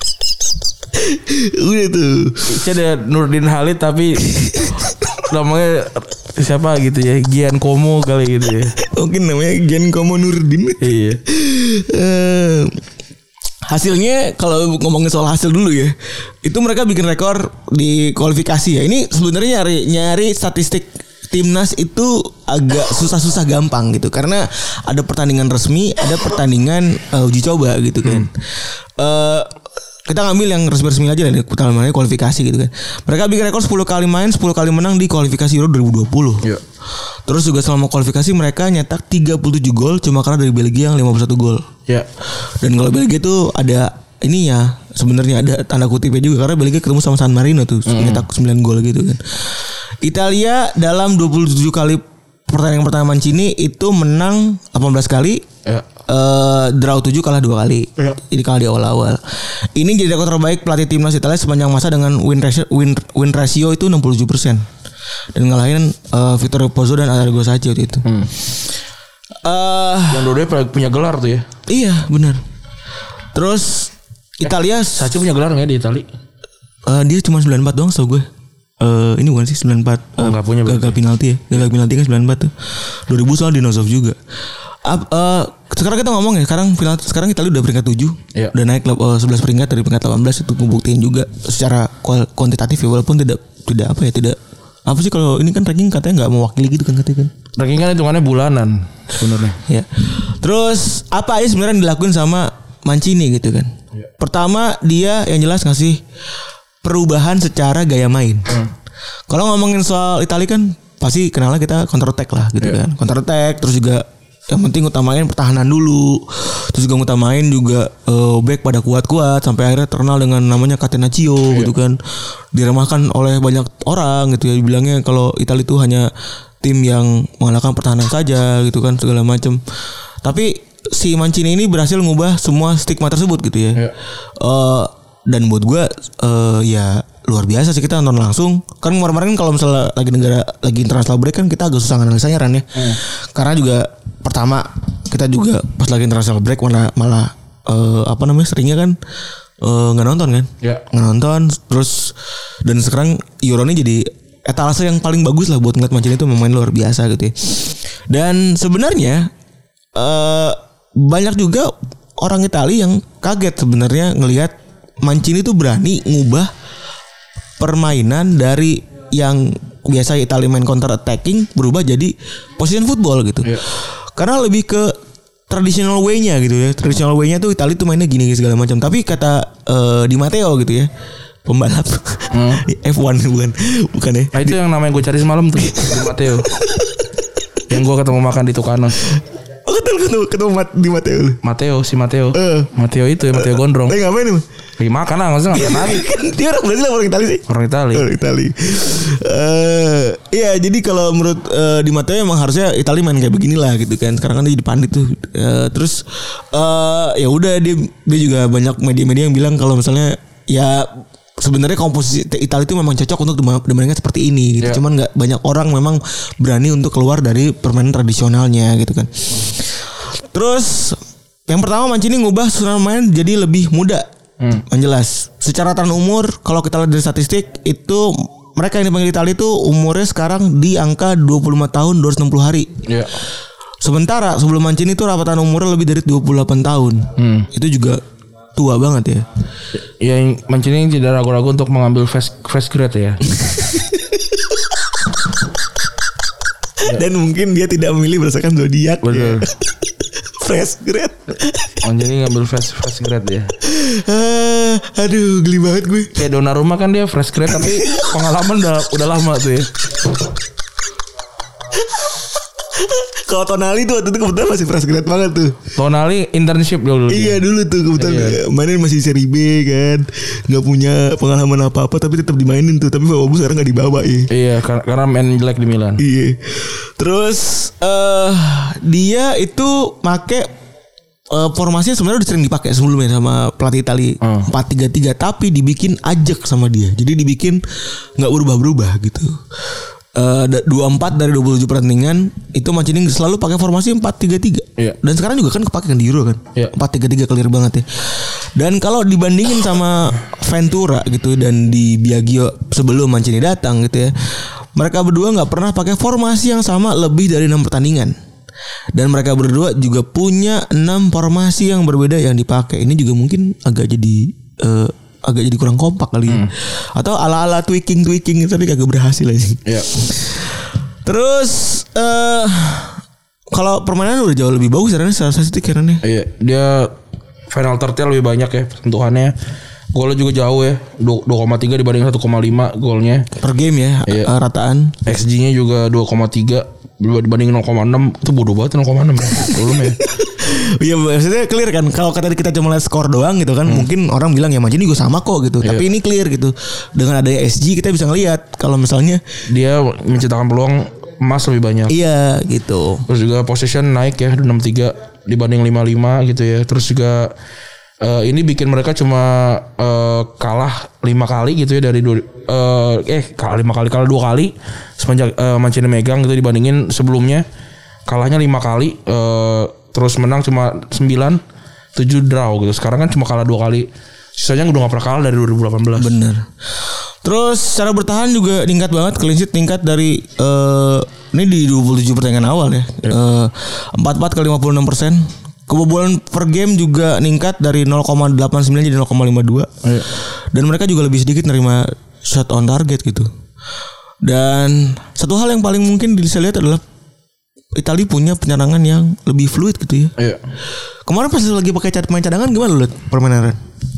[SPEAKER 4] Udah tuh.
[SPEAKER 3] Ada Nurdin Halid tapi namanya siapa gitu ya, Gian Komo kali gitu ya.
[SPEAKER 4] Mungkin namanya Gian Komo Nurdin.
[SPEAKER 3] Iya.
[SPEAKER 4] Hasilnya kalau ngomongin soal hasil dulu ya, itu mereka bikin rekor di kualifikasi ya. Ini sebenarnya nyari statistik timnas itu agak susah-susah gampang gitu, karena ada pertandingan resmi, ada pertandingan uji coba gitu kan. Kita ngambil yang resmi aja dari pertandingan kualifikasi gitu kan. Mereka bikin rekor 10 kali main, 10 kali menang di kualifikasi Euro 2020. Iya. Terus juga selama kualifikasi mereka nyetak 37 gol, cuma kalah dari Belgia yang 51 gol. Iya. Dan kalau Belgia itu ada ini ya, sebenarnya ada tanda kutipnya juga, karena Belgia ketemu sama San Marino tuh, nyetak 9 gol gitu kan. Italia dalam 27 kali pertandingan pertama Mancini itu menang 18 kali. Ya. Draw 7, kalah 2 kali. Ya. Jadi kalah di awal-awal. Ini jadi rekor terbaik pelatih timnas Italia sepanjang masa dengan win ratio itu 67%. Dan ngalahin Vittorio Pozzo dan Arrigo Sacchi waktu itu.
[SPEAKER 3] Yang dua-duanya punya gelar tuh ya.
[SPEAKER 4] Iya, benar. Terus Italia
[SPEAKER 3] Sacchi punya gelar enggak di Italia?
[SPEAKER 4] Dia cuma 94 doang setahu gue. Ini bukan sih 94.
[SPEAKER 3] Enggak punya
[SPEAKER 4] gagal penalti ya. Gagal penalti kan 94 tuh. 2000 soal Dinosov juga. Sekarang kita ngomong ya, sekarang Italia udah peringkat 7. Yeah. Udah naik 11 peringkat dari peringkat 18, itu ngebuktiin juga secara kuantitatif ya, walaupun tidak apa sih, kalau ini kan ranking katanya enggak mewakili gitu kan katanya kan.
[SPEAKER 3] Ranking kan hitungannya bulanan sebenarnya.
[SPEAKER 4] Ya. Terus apa aja sebenarnya yang dilakuin sama Mancini gitu kan. Yeah. Pertama, dia yang jelas ngasih perubahan secara gaya main. Kalau ngomongin soal Italia kan pasti kenalnya kita counter attack lah gitu kan. Counter attack, terus juga yang penting utamain pertahanan dulu. Terus juga utamain juga back pada kuat-kuat sampai akhirnya terkenal dengan namanya Catenaccio gitu kan. Diremahkan oleh banyak orang gitu ya, dibilangnya kalau Italia itu hanya tim yang mengalahkan pertahanan saja gitu kan, segala macam. Tapi si Mancini ini berhasil ngubah semua stigma tersebut gitu ya. Dan buat gue ya luar biasa sih, kita nonton langsung. Kan kemarin kalau misalnya lagi international break kan kita agak susah analisanya Ran ya. Karena juga pertama kita juga pas lagi international break malah seringnya kan nggak nonton kan. Nggak nonton terus, dan sekarang Euro ini jadi etalase yang paling bagus lah buat ngeliat Mancini itu memain luar biasa gitu ya. Dan sebenarnya banyak juga orang Italia yang kaget sebenarnya ngelihat Mancini tuh berani ngubah permainan dari yang biasa Italia main counter attacking berubah jadi position football gitu. Karena lebih ke traditional way-nya gitu ya. Traditional way-nya tuh Italia tuh mainnya gini segala macam. Tapi kata Di Matteo gitu ya, pembalap F1 bukan ya.
[SPEAKER 3] Nah, itu yang namanya gue cari semalam tuh, Di Matteo. Yang gue ketemu makan di Tucano.
[SPEAKER 4] Ketemu Di Matteo.
[SPEAKER 3] Matteo itu ya, Matteo Gondrong.
[SPEAKER 4] Tapi ngapain nih?
[SPEAKER 3] Lagi makan lah, maksudnya ngapain lagi?
[SPEAKER 4] Dia orang Brazil orang Italia sih?
[SPEAKER 3] Orang Italia.
[SPEAKER 4] Iya, jadi kalau menurut Di Matteo emang harusnya Italia main kayak beginilah gitu kan. Sekarang kan dia jadi pandit tuh. Terus ya udah dia juga banyak media-media yang bilang kalau misalnya ya sebenarnya komposisi Italia itu memang cocok untuk dimainkan seperti ini gitu. Cuman nggak banyak orang memang berani untuk keluar dari permainan tradisionalnya gitu kan. Terus yang pertama Mancini ngubah susunan main jadi lebih muda. Yang jelas secara rata umur kalau kita lihat dari statistik itu mereka yang dipanggil Italia itu umurnya sekarang di angka 25 tahun 260 hari. Sementara sebelum Mancini itu rata umurnya lebih dari 28 tahun. Itu juga tua banget ya.
[SPEAKER 3] Yang Mancini tidak ragu-ragu untuk mengambil fresh grade ya.
[SPEAKER 4] Dan mungkin dia tidak memilih berdasarkan zodiak.
[SPEAKER 3] Betul.
[SPEAKER 4] Ya. Fresh grade.
[SPEAKER 3] Mancini ngambil fresh grade ya.
[SPEAKER 4] Aduh, geli banget gue.
[SPEAKER 3] Kayak Donnarumma kan dia fresh grade tapi pengalaman udah lama tuh ya.
[SPEAKER 4] Kalau Tonali tuh waktu itu kebetulan masih fresh grade banget tuh.
[SPEAKER 3] Tonali internship dulu.
[SPEAKER 4] Iya dulu tuh kebetulan mainin masih seri B kan, nggak punya pengalaman apa-apa tapi tetap dimainin tuh. Tapi bagus sekarang nggak dibawa ya.
[SPEAKER 3] Iya karena main jelek di Milan.
[SPEAKER 4] Iya. Terus dia itu make formasinya sebenarnya udah sering dipakai sebelumnya sama pelatih Itali 4-3-3 tapi dibikin ajak sama dia. Jadi dibikin nggak berubah-berubah gitu. 24 dari 27 pertandingan itu Mancini selalu pakai formasi 4-3-3.
[SPEAKER 3] Iya.
[SPEAKER 4] Dan sekarang juga kan kepake kan di Euro kan.
[SPEAKER 3] Iya.
[SPEAKER 4] 4-3-3 clear banget ya. Dan kalau dibandingin sama Ventura gitu dan di Biagio sebelum Mancini datang gitu ya. Mereka berdua nggak pernah pakai formasi yang sama lebih dari 6 pertandingan. Dan mereka berdua juga punya 6 formasi yang berbeda yang dipakai. Ini juga mungkin agak jadi kurang kompak kali. Atau ala-ala tweaking tapi kagak berhasil aja.
[SPEAKER 3] Iya.
[SPEAKER 4] Terus kalau permainan udah jauh lebih bagus karena secara statistik karena.
[SPEAKER 3] Iya, dia final third-nya lebih banyak ya sentuhannya. Golnya juga jauh ya. 2,3 dibanding 1,5 golnya
[SPEAKER 4] per game ya.
[SPEAKER 3] Iya.
[SPEAKER 4] Rataan.
[SPEAKER 3] XG-nya juga 2,3 dibanding 0,6. Itu bodoh banget 0,6 belum ya.
[SPEAKER 4] Iya maksudnya clear kan. Kalau kita cuma lihat skor doang gitu kan, mungkin orang bilang ya Mancini juga sama kok gitu. Tapi ini clear gitu. Dengan adanya SG kita bisa ngelihat kalau misalnya
[SPEAKER 3] dia menciptakan peluang emas lebih banyak.
[SPEAKER 4] Iya gitu.
[SPEAKER 3] Terus juga position naik ya 63 dibanding 55 gitu ya. Terus juga ini bikin mereka cuma kalah 5 kali gitu ya dari kalah 5 kali, kalah 2 kali semenjak Mancini megang gitu dibandingin sebelumnya kalahnya 5 kali terus menang cuma 9, 7 draw gitu. Sekarang kan cuma kalah 2 kali. Sisanya udah gak pernah kalah dari 2018.
[SPEAKER 4] Bener. Terus secara bertahan juga tingkat banget, clean sheet tingkat dari ini di 27 pertandingan awal ya. 44 ke 56%. Kebobolan per game juga ningkat dari 0,89 jadi 0,52. Dan mereka juga lebih sedikit nerima shot on target gitu. Dan satu hal yang paling mungkin bisa lihat adalah Italia punya penyerangan yang lebih fluid gitu ya.
[SPEAKER 3] Iya.
[SPEAKER 4] Kemarin pas lagi pakai main cadangan gimana lu lihat permainan?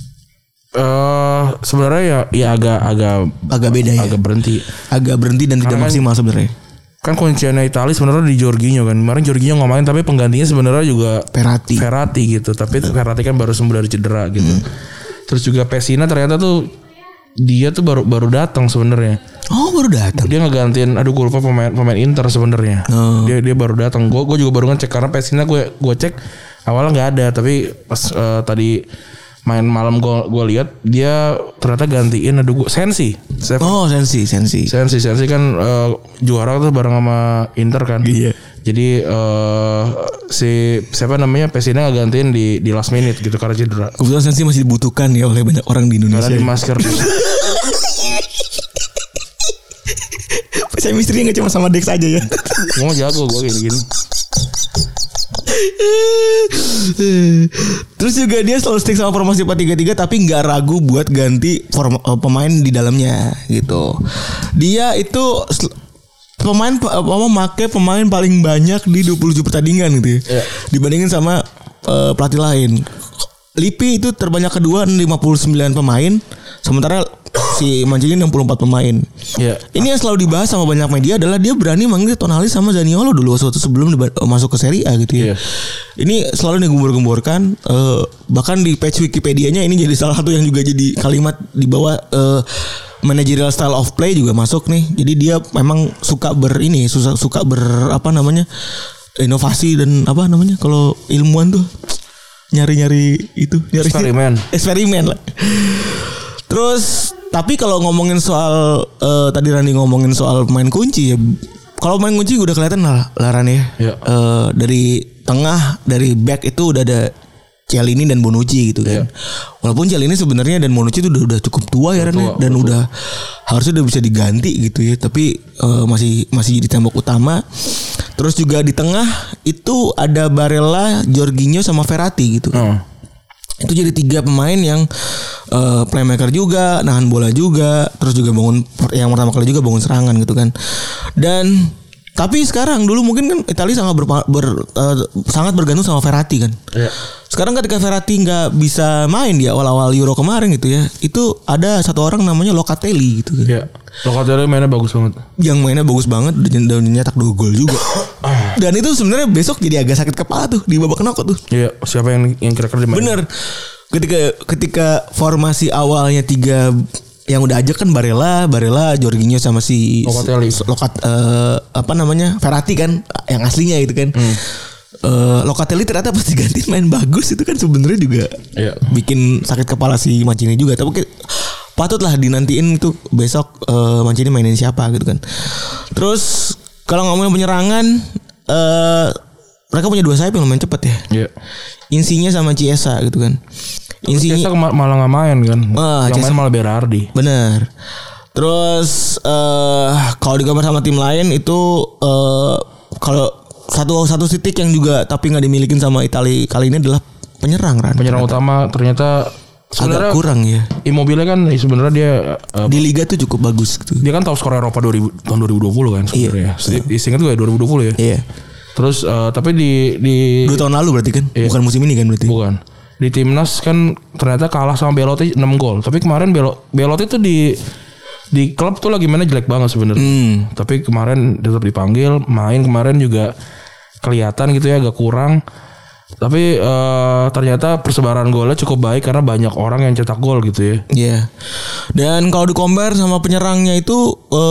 [SPEAKER 3] Sebenarnya ya agak
[SPEAKER 4] beda ya.
[SPEAKER 3] Agak berhenti
[SPEAKER 4] dan tidak maksimal sebenarnya.
[SPEAKER 3] Kan kuncinya Italia sebenarnya di Jorginho kan. Kemarin Jorginho nggak main tapi penggantinya sebenarnya juga Verratti gitu. Tapi Verratti kan baru sembuh dari cedera gitu. Terus juga Pessina ternyata tuh dia tuh baru datang sebenarnya.
[SPEAKER 4] Oh, baru datang.
[SPEAKER 3] Dia ngegantiin gue lupa pemain Inter sebenarnya. Dia baru datang. Gue juga baru ngecek karena Pessina gue cek awalnya nggak ada tapi pas tadi main malam gue lihat dia ternyata gantiin Sensi. Sensi kan juara tuh bareng sama Inter kan. Iya. Jadi si siapa namanya Pessina gantiin di last minute gitu karena cedera.
[SPEAKER 4] Kebetulan Sensi masih dibutuhkan ya oleh banyak orang di Indonesia.
[SPEAKER 3] Karena di masker.
[SPEAKER 4] Saya misterinya nggak cuma sama Dex aja ya.
[SPEAKER 3] Mau jago gue gini.
[SPEAKER 4] Terus juga dia selalu stick sama formasi 4-3-3 tapi nggak ragu buat ganti pemain di dalamnya gitu. Dia itu make pemain paling banyak di 27 pertandingan gitu ya. Dibandingin sama pelatih lain. Lippi itu terbanyak kedua 59 pemain, sementara si Mancini 64 pemain. Ini yang selalu dibahas sama banyak media adalah dia berani manggil Tonali sama Zaniolo dulu waktu sebelum masuk ke Serie A gitu ya. Ini selalu digembor-gemborkan, bahkan di page Wikipedia-nya ini jadi salah satu yang juga jadi kalimat di bawah managerial style of play juga masuk nih. Jadi dia memang suka inovasi dan kalau ilmuwan tuh nyari eksperimen lah. Terus tapi kalau ngomongin soal tadi Randi ngomongin soal pemain kunci ya. Kalau pemain kunci udah kelihatan lah Rani ya. Dari tengah, dari back itu udah ada Chiellini dan Bonucci gitu kan. Walaupun Chiellini sebenarnya dan Bonucci itu udah cukup tua ya Rani dan udah harusnya udah bisa diganti gitu ya. Tapi masih jadi tembok utama. Terus juga di tengah itu ada Barella, Jorginho sama Verratti gitu. Itu jadi 3 pemain yang playmaker juga, nahan bola juga, terus juga yang pertama kali juga bangun serangan gitu kan. Dan Tapi sekarang dulu mungkin kan Italia sangat bergantung sama Verratti kan.
[SPEAKER 3] Iya.
[SPEAKER 4] Sekarang ketika Verratti nggak bisa main di awal-awal Euro kemarin gitu ya, itu ada satu orang namanya Locatelli gitu kan.
[SPEAKER 3] Iya. Locatelli mainnya bagus banget.
[SPEAKER 4] Yang mainnya bagus banget dan nyetak 2 gol juga. Dan itu sebenarnya besok jadi agak sakit kepala tuh di babak knockout tuh.
[SPEAKER 3] Iya, siapa yang kira-kira dimain?
[SPEAKER 4] Bener. Ketika formasi awalnya 3 yang udah ajak kan Barella, Jorginho sama si
[SPEAKER 3] Locatelli.
[SPEAKER 4] Verratti kan yang aslinya gitu kan. Locatelli ternyata pas diganti main bagus itu kan sebenarnya juga bikin sakit kepala si Mancini juga. Tapi patutlah dinantiin itu besok Mancini mainin siapa gitu kan. Terus kalau ngomongin penyerangan mereka punya 2 sayap yang lumayan cepet ya.
[SPEAKER 3] Iya.
[SPEAKER 4] Insigne sama Chiesa gitu kan.
[SPEAKER 3] Insigne malah nggak main kan. Yang main malah Berardi.
[SPEAKER 4] Bener. Terus kalau digambar sama tim lain itu kalau satu titik yang juga tapi nggak dimilikin sama Italia kali ini adalah penyerang
[SPEAKER 3] utama ternyata
[SPEAKER 4] agak kurang ya.
[SPEAKER 3] Immobile kan sebenarnya dia
[SPEAKER 4] di liga tuh cukup bagus gitu.
[SPEAKER 3] Dia kan top skor Eropa tahun 2020 kan sebenarnya. Disingkat juga 2020 ya.
[SPEAKER 4] Iya.
[SPEAKER 3] Terus tapi di
[SPEAKER 4] 2 tahun lalu berarti kan? Iya. Bukan musim ini kan berarti?
[SPEAKER 3] Bukan. Di timnas kan ternyata kalah sama Belotti 6 gol. Tapi kemarin Belotti tuh di klub tuh lagi mainnya jelek banget sebenarnya. Tapi kemarin tetap dipanggil, main kemarin juga kelihatan gitu ya agak kurang. Tapi ternyata persebaran golnya cukup baik karena banyak orang yang cetak gol gitu ya.
[SPEAKER 4] Iya. Dan kalau di-compare sama penyerangnya itu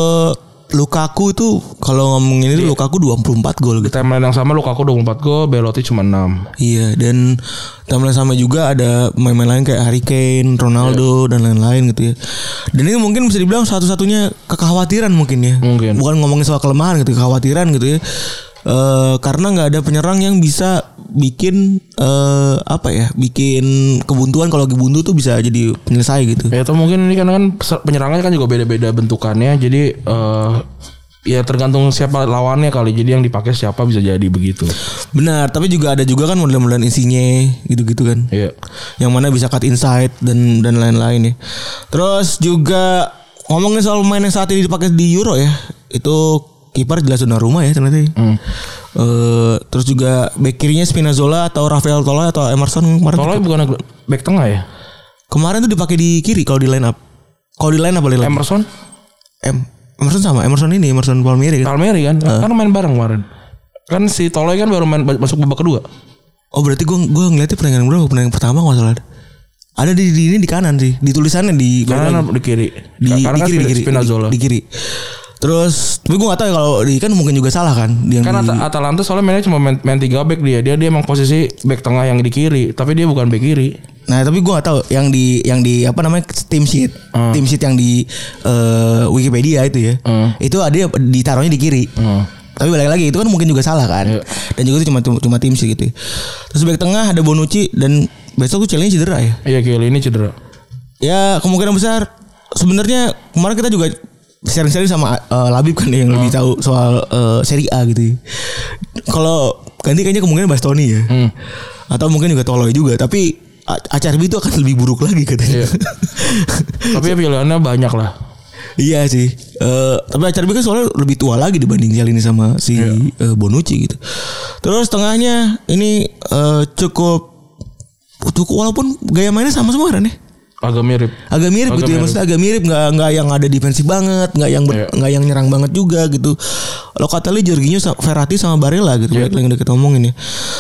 [SPEAKER 4] Lukaku itu kalau ngomongin itu Lukaku 24 gol gitu.
[SPEAKER 3] Di timeline yang sama Lukaku 24 gol, Belotti cuma 6.
[SPEAKER 4] Iya, dan timeline sama juga ada main-main lain kayak Harry Kane, Ronaldo dan lain-lain gitu ya. Dan ini mungkin bisa dibilang satu-satunya kekhawatiran mungkin ya.
[SPEAKER 3] Mungkin.
[SPEAKER 4] Bukan ngomongin soal kelemahan gitu, kekhawatiran gitu ya. Karena nggak ada penyerang yang bisa bikin bikin kebuntuan. Kalau lagi buntu tuh bisa jadi penyelesai gitu.
[SPEAKER 3] Ya atau mungkin ini kan penyerangnya kan juga beda-beda bentukannya. Jadi ya tergantung siapa lawannya kali. Jadi yang dipakai siapa bisa jadi begitu.
[SPEAKER 4] Benar, tapi juga ada juga kan model-model Insigne gitu-gitu kan.
[SPEAKER 3] Iya.
[SPEAKER 4] Yang mana bisa cut inside dan lain-lain ya. Terus juga ngomongin soal pemain yang saat ini dipakai di Euro ya. Itu kiper jelas Donnarumma ya ternyata. Terus juga back kirinya Spinazzola atau Rafael Toloi atau Emerson kemarin.
[SPEAKER 3] Toloi bukan back tengah ya?
[SPEAKER 4] Kemarin tuh dipakai di kiri kalau di line up. Kalau di line up boleh.
[SPEAKER 3] Emerson?
[SPEAKER 4] Emerson sama Emerson Palmieri kan.
[SPEAKER 3] Palmieri kan? Kan main bareng kemarin. Kan si Toloi kan baru masuk babak kedua.
[SPEAKER 4] Oh berarti gue ngeliatnya pertandingan berapa? Pertandingan pertama nggak salah. Ada di kanan sih. Di tulisannya di
[SPEAKER 3] kanan di kiri.
[SPEAKER 4] Di kiri.
[SPEAKER 3] Spinazzola.
[SPEAKER 4] Di kiri. Terus tapi gue gak tahu ya kalau di kan mungkin juga salah kan yang
[SPEAKER 3] kan Atalanta soalnya mainnya cuma main 3 back dia emang posisi back tengah yang di kiri tapi dia bukan back kiri.
[SPEAKER 4] Nah tapi gue gak tahu yang di apa namanya team sheet yang di Wikipedia itu ya itu ada ditaruhnya di kiri. Tapi balik lagi itu kan mungkin juga salah kan. Dan juga itu cuma tim sheet gitu. Terus back tengah ada Bonucci dan besok tuh Chiellini cedera ya.
[SPEAKER 3] Iya Chiellini cedera.
[SPEAKER 4] Ya kemungkinan besar sebenarnya kemarin kita juga sharing-sharing sama Labib kan yang lebih tahu soal Serie A gitu. Kalau ganti kayaknya kemungkinan Bastoni ya. Atau mungkin juga Toloi juga. Tapi Acerbi itu akan lebih buruk lagi katanya.
[SPEAKER 3] Tapi ya pilihannya banyak lah.
[SPEAKER 4] Iya sih. Tapi Acerbi kan soalnya lebih tua lagi dibanding Chiellini sama si Bonucci gitu. Terus tengahnya ini cukup walaupun gaya mainnya sama semua kan ya.
[SPEAKER 3] Agak mirip
[SPEAKER 4] gitu ya, maksudnya agak mirip, nggak yang ada defensif banget, nggak yang nyerang banget juga gitu. Locatelli, Jorginho, Verratti sama Barella gitu yang udah kita omongin ya.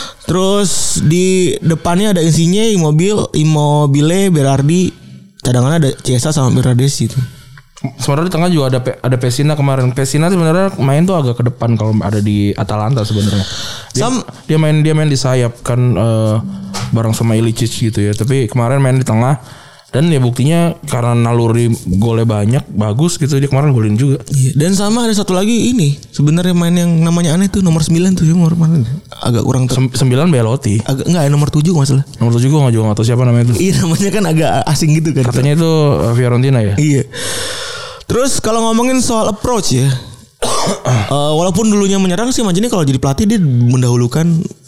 [SPEAKER 4] Terus di depannya ada Insigne, Immobile, Berardi, cadangannya ada Chiesa sama Bernardeschi itu.
[SPEAKER 3] Sebenarnya di tengah juga ada Pessina kemarin. Pessina sebenarnya main tuh agak ke depan kalau ada di Atalanta sebenarnya. Dia main di sayap kan bareng sama Ilicic gitu ya. Tapi kemarin main di tengah. Dan ya buktinya karena naluri golnya banyak, bagus gitu dia kemarin golin juga.
[SPEAKER 4] Iya, dan sama ada satu lagi ini sebenarnya main yang namanya aneh tuh nomor 9 tuh nomor mana? Agak kurang
[SPEAKER 3] 9 Belotti.
[SPEAKER 4] Agak enggak nomor 7 masalah.
[SPEAKER 3] Nomor 7 gue enggak tahu siapa namanya itu.
[SPEAKER 4] Iya namanya kan agak asing gitu kan.
[SPEAKER 3] Katanya itu Fiorentina ya.
[SPEAKER 4] Iya. Terus kalau ngomongin soal approach ya. Walaupun dulunya menyerang sih Mancini kalau jadi pelatih dia mendahulukan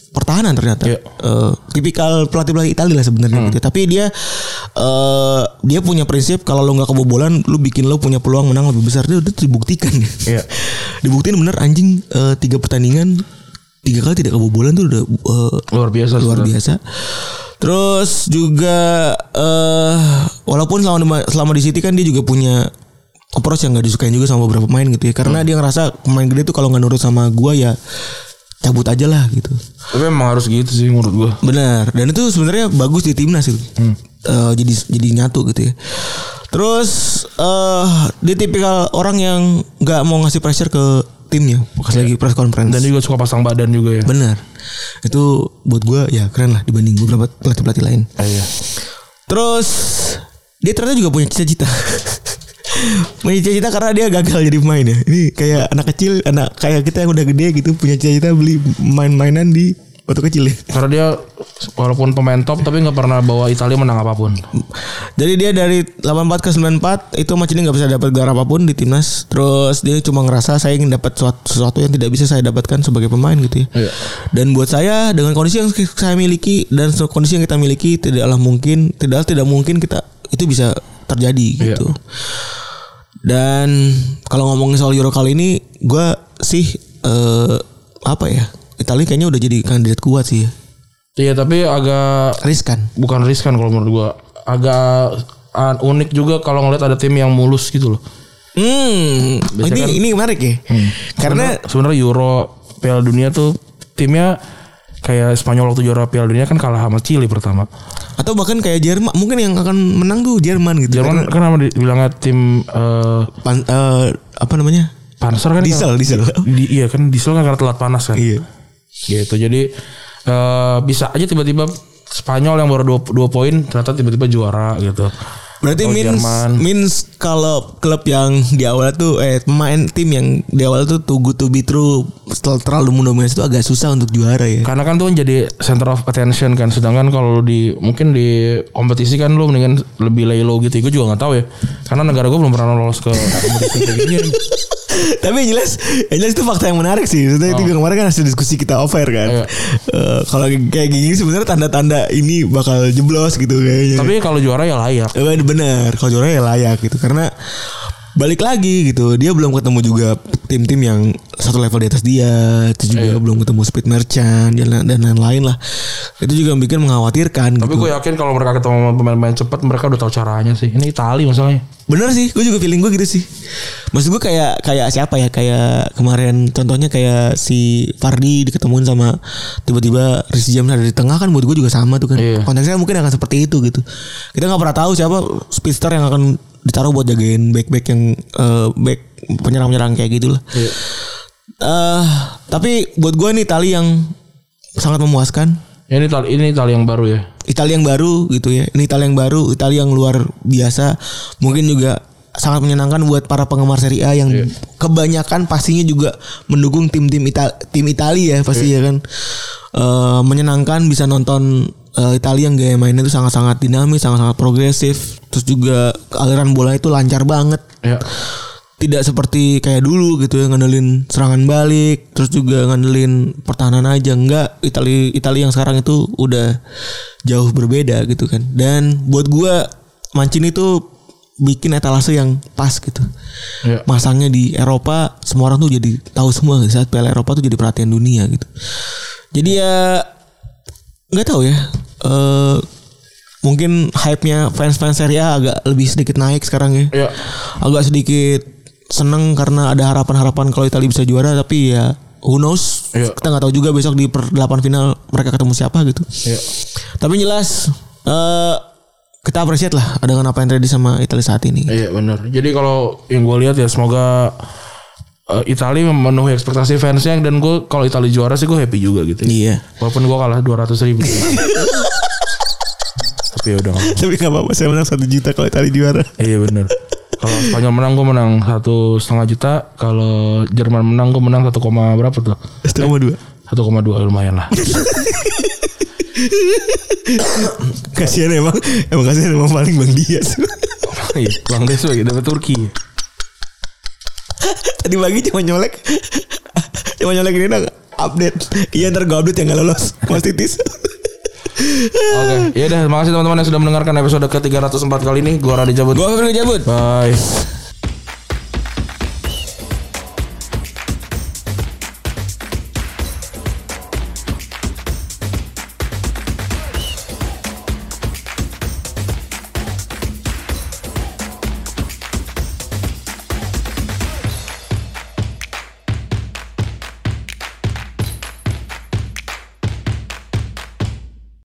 [SPEAKER 4] pertahanan ternyata. Tipikal pelatih Italia lah sebenarnya gitu. Tapi dia punya prinsip kalau lo nggak kebobolan, lo bikin lo punya peluang menang lebih besar. Dia udah dibuktikan. Iya. Dibuktiin bener anjing 3 pertandingan 3 kali tidak kebobolan tuh udah luar biasa. Terus juga walaupun selama di City kan dia juga punya approach yang nggak disukain juga sama beberapa pemain gitu ya. Karena dia ngerasa pemain gede tuh kalau nggak nurut sama gua ya cabut aja lah gitu. Tapi
[SPEAKER 3] emang harus gitu sih menurut gua.
[SPEAKER 4] Benar. Dan itu sebenarnya bagus di timnas itu. Jadi nyatu gitu ya. Terus dia tipikal orang yang nggak mau ngasih pressure ke timnya pas lagi press conference.
[SPEAKER 3] Dan juga suka pasang badan juga ya.
[SPEAKER 4] Benar. Itu buat gue ya keren lah dibanding beberapa pelatih lain.
[SPEAKER 3] Iya.
[SPEAKER 4] Terus dia ternyata juga punya cita-cita. Punya cita-cita karena dia gagal jadi pemain ya. Ini kayak anak kecil, anak kayak kita yang udah gede gitu punya cita-cita beli main-mainan di waktu kecil ya.
[SPEAKER 3] Karena dia walaupun pemain top tapi nggak pernah bawa Italia menang apapun.
[SPEAKER 4] Jadi dia dari 84 ke 94 itu Mancini nggak bisa dapat gelar apapun di timnas. Terus dia cuma ngerasa saya ingin dapat sesuatu yang tidak bisa saya dapatkan sebagai pemain gitu ya. Iya. Dan buat saya dengan kondisi yang saya miliki dan kondisi yang kita miliki tidak mungkin kita itu bisa terjadi gitu. Iya. Dan kalau ngomongin soal Euro kali ini gue sih Italia kayaknya udah jadi kandidat kuat sih ya.
[SPEAKER 3] Iya tapi agak
[SPEAKER 4] riskan.
[SPEAKER 3] Bukan riskan kalau menurut gua. Agak unik juga kalau ngeliat ada tim yang mulus gitu loh.
[SPEAKER 4] Ini menarik ya. Karena
[SPEAKER 3] sebenarnya Euro Piala Dunia tuh timnya kayak Spanyol waktu juara Piala Dunia kan kalah sama Chili pertama.
[SPEAKER 4] Atau bahkan kayak Jerman, mungkin yang akan menang tuh Jerman gitu.
[SPEAKER 3] Jerman kan dibilangnya tim
[SPEAKER 4] apa namanya?
[SPEAKER 3] Panzer kan
[SPEAKER 4] Diesel.
[SPEAKER 3] Iya kan Diesel kan karena telat panas kan. Iya. Gitu jadi bisa aja tiba-tiba Spanyol yang baru 2 poin ternyata tiba-tiba juara gitu.
[SPEAKER 4] Berarti means kalau klub yang di awal tuh pemain tim yang di awal tuh too good to be true setelah terlalu mendominasi itu agak susah untuk juara ya.
[SPEAKER 3] Karena kan tuh jadi center of attention kan. Sedangkan kalau mungkin di kompetisi kan lu mendingan lebih lay low gitu. Gue juga nggak tahu ya. Karena negara gue belum pernah lolos ke kompetisi kayak gini.
[SPEAKER 4] Tapi jelas itu fakta yang menarik sih. Maksudnya itu kemarin kan hasil diskusi kita off air kan. Kalau kayak gini sebenarnya tanda-tanda ini bakal jeblos gitu kayaknya.
[SPEAKER 3] Tapi kalau juara ya layak.
[SPEAKER 4] Bener, kalau juara ya layak gitu. Karena balik lagi gitu, dia belum ketemu juga tim-tim yang satu level di atas dia. Itu juga belum ketemu Speed Merchant dan lain-lain lah. Itu juga bikin mengkhawatirkan.
[SPEAKER 3] Tapi gue yakin kalau mereka ketemu pemain-pemain cepat, mereka udah tahu caranya sih. Ini Italia masalahnya.
[SPEAKER 4] Bener sih, gue juga feeling gue gitu sih. Maksud gue kayak siapa ya? Kayak kemarin contohnya kayak si Fardi diketemuin sama tiba-tiba Rizky James ada di tengah kan, buat gue juga sama tuh kan. Konteksnya mungkin akan seperti itu gitu. Kita nggak pernah tahu siapa speedster yang akan ditaruh buat jagain back yang back penyerang-penyerang kayak gitulah. Tapi buat gue nih Italia yang sangat memuaskan.
[SPEAKER 3] Ini Italia yang baru ya.
[SPEAKER 4] Italia yang baru gitu ya. Ini Italia yang baru, Italia yang luar biasa. Mungkin juga sangat menyenangkan buat para penggemar Serie A yang kebanyakan pastinya juga mendukung tim Italia ya pasti ya kan. Menyenangkan bisa nonton Italia yang gaya mainnya itu sangat-sangat dinamis, sangat-sangat progresif. Terus juga aliran bola itu lancar banget. Tidak seperti kayak dulu gitu ya, ngandelin serangan balik, terus juga ngandelin pertahanan aja. Enggak, Italia yang sekarang itu udah jauh berbeda gitu kan. Dan buat gua Mancini itu bikin etalase yang pas gitu. Masangnya di Eropa, semua orang tuh jadi tahu semua saat Piala Eropa tuh jadi perhatian dunia gitu. Jadi ya nggak tahu ya. Mungkin hype-nya fans-fans Serie A agak lebih sedikit naik sekarang ya. Agak sedikit seneng karena ada harapan-harapan kalau Italia bisa juara, tapi ya who knows. Kita nggak tahu juga besok di 8 final mereka ketemu siapa gitu. Tapi jelas kita appreciate lah dengan apa yang terjadi sama Italia saat ini. Iya
[SPEAKER 3] benar. Jadi kalau yang gue lihat ya semoga Italia memenuhi ekspektasi fansnya, dan gue kalau Italia juara sih gue happy juga gitu.
[SPEAKER 4] Iya.
[SPEAKER 3] Walaupun gue kalah 200.000. Tapi udah.
[SPEAKER 4] Tapi nggak apa-apa, saya menang 1 juta kalau Italia juara.
[SPEAKER 3] Iya benar. Kalau Spanyol menang gue menang 1,5 juta. Kalau Jerman menang gue menang 1, berapa tuh?
[SPEAKER 4] 1,2.
[SPEAKER 3] 1,2 lumayan lah.
[SPEAKER 4] Kasihan emang paling Bang Dias.
[SPEAKER 3] Iya, Bang Dias lagi dapat Turki.
[SPEAKER 4] Tadi pagi cuma nyolek ini Update. Iya ntar gue update yang gak lolos. Mas Titis.
[SPEAKER 3] Oke, ya udah, makasih teman-teman yang sudah mendengarkan episode ke-304 kali ini. Gua Radi cabut.
[SPEAKER 4] Gue cabut.
[SPEAKER 3] Bye.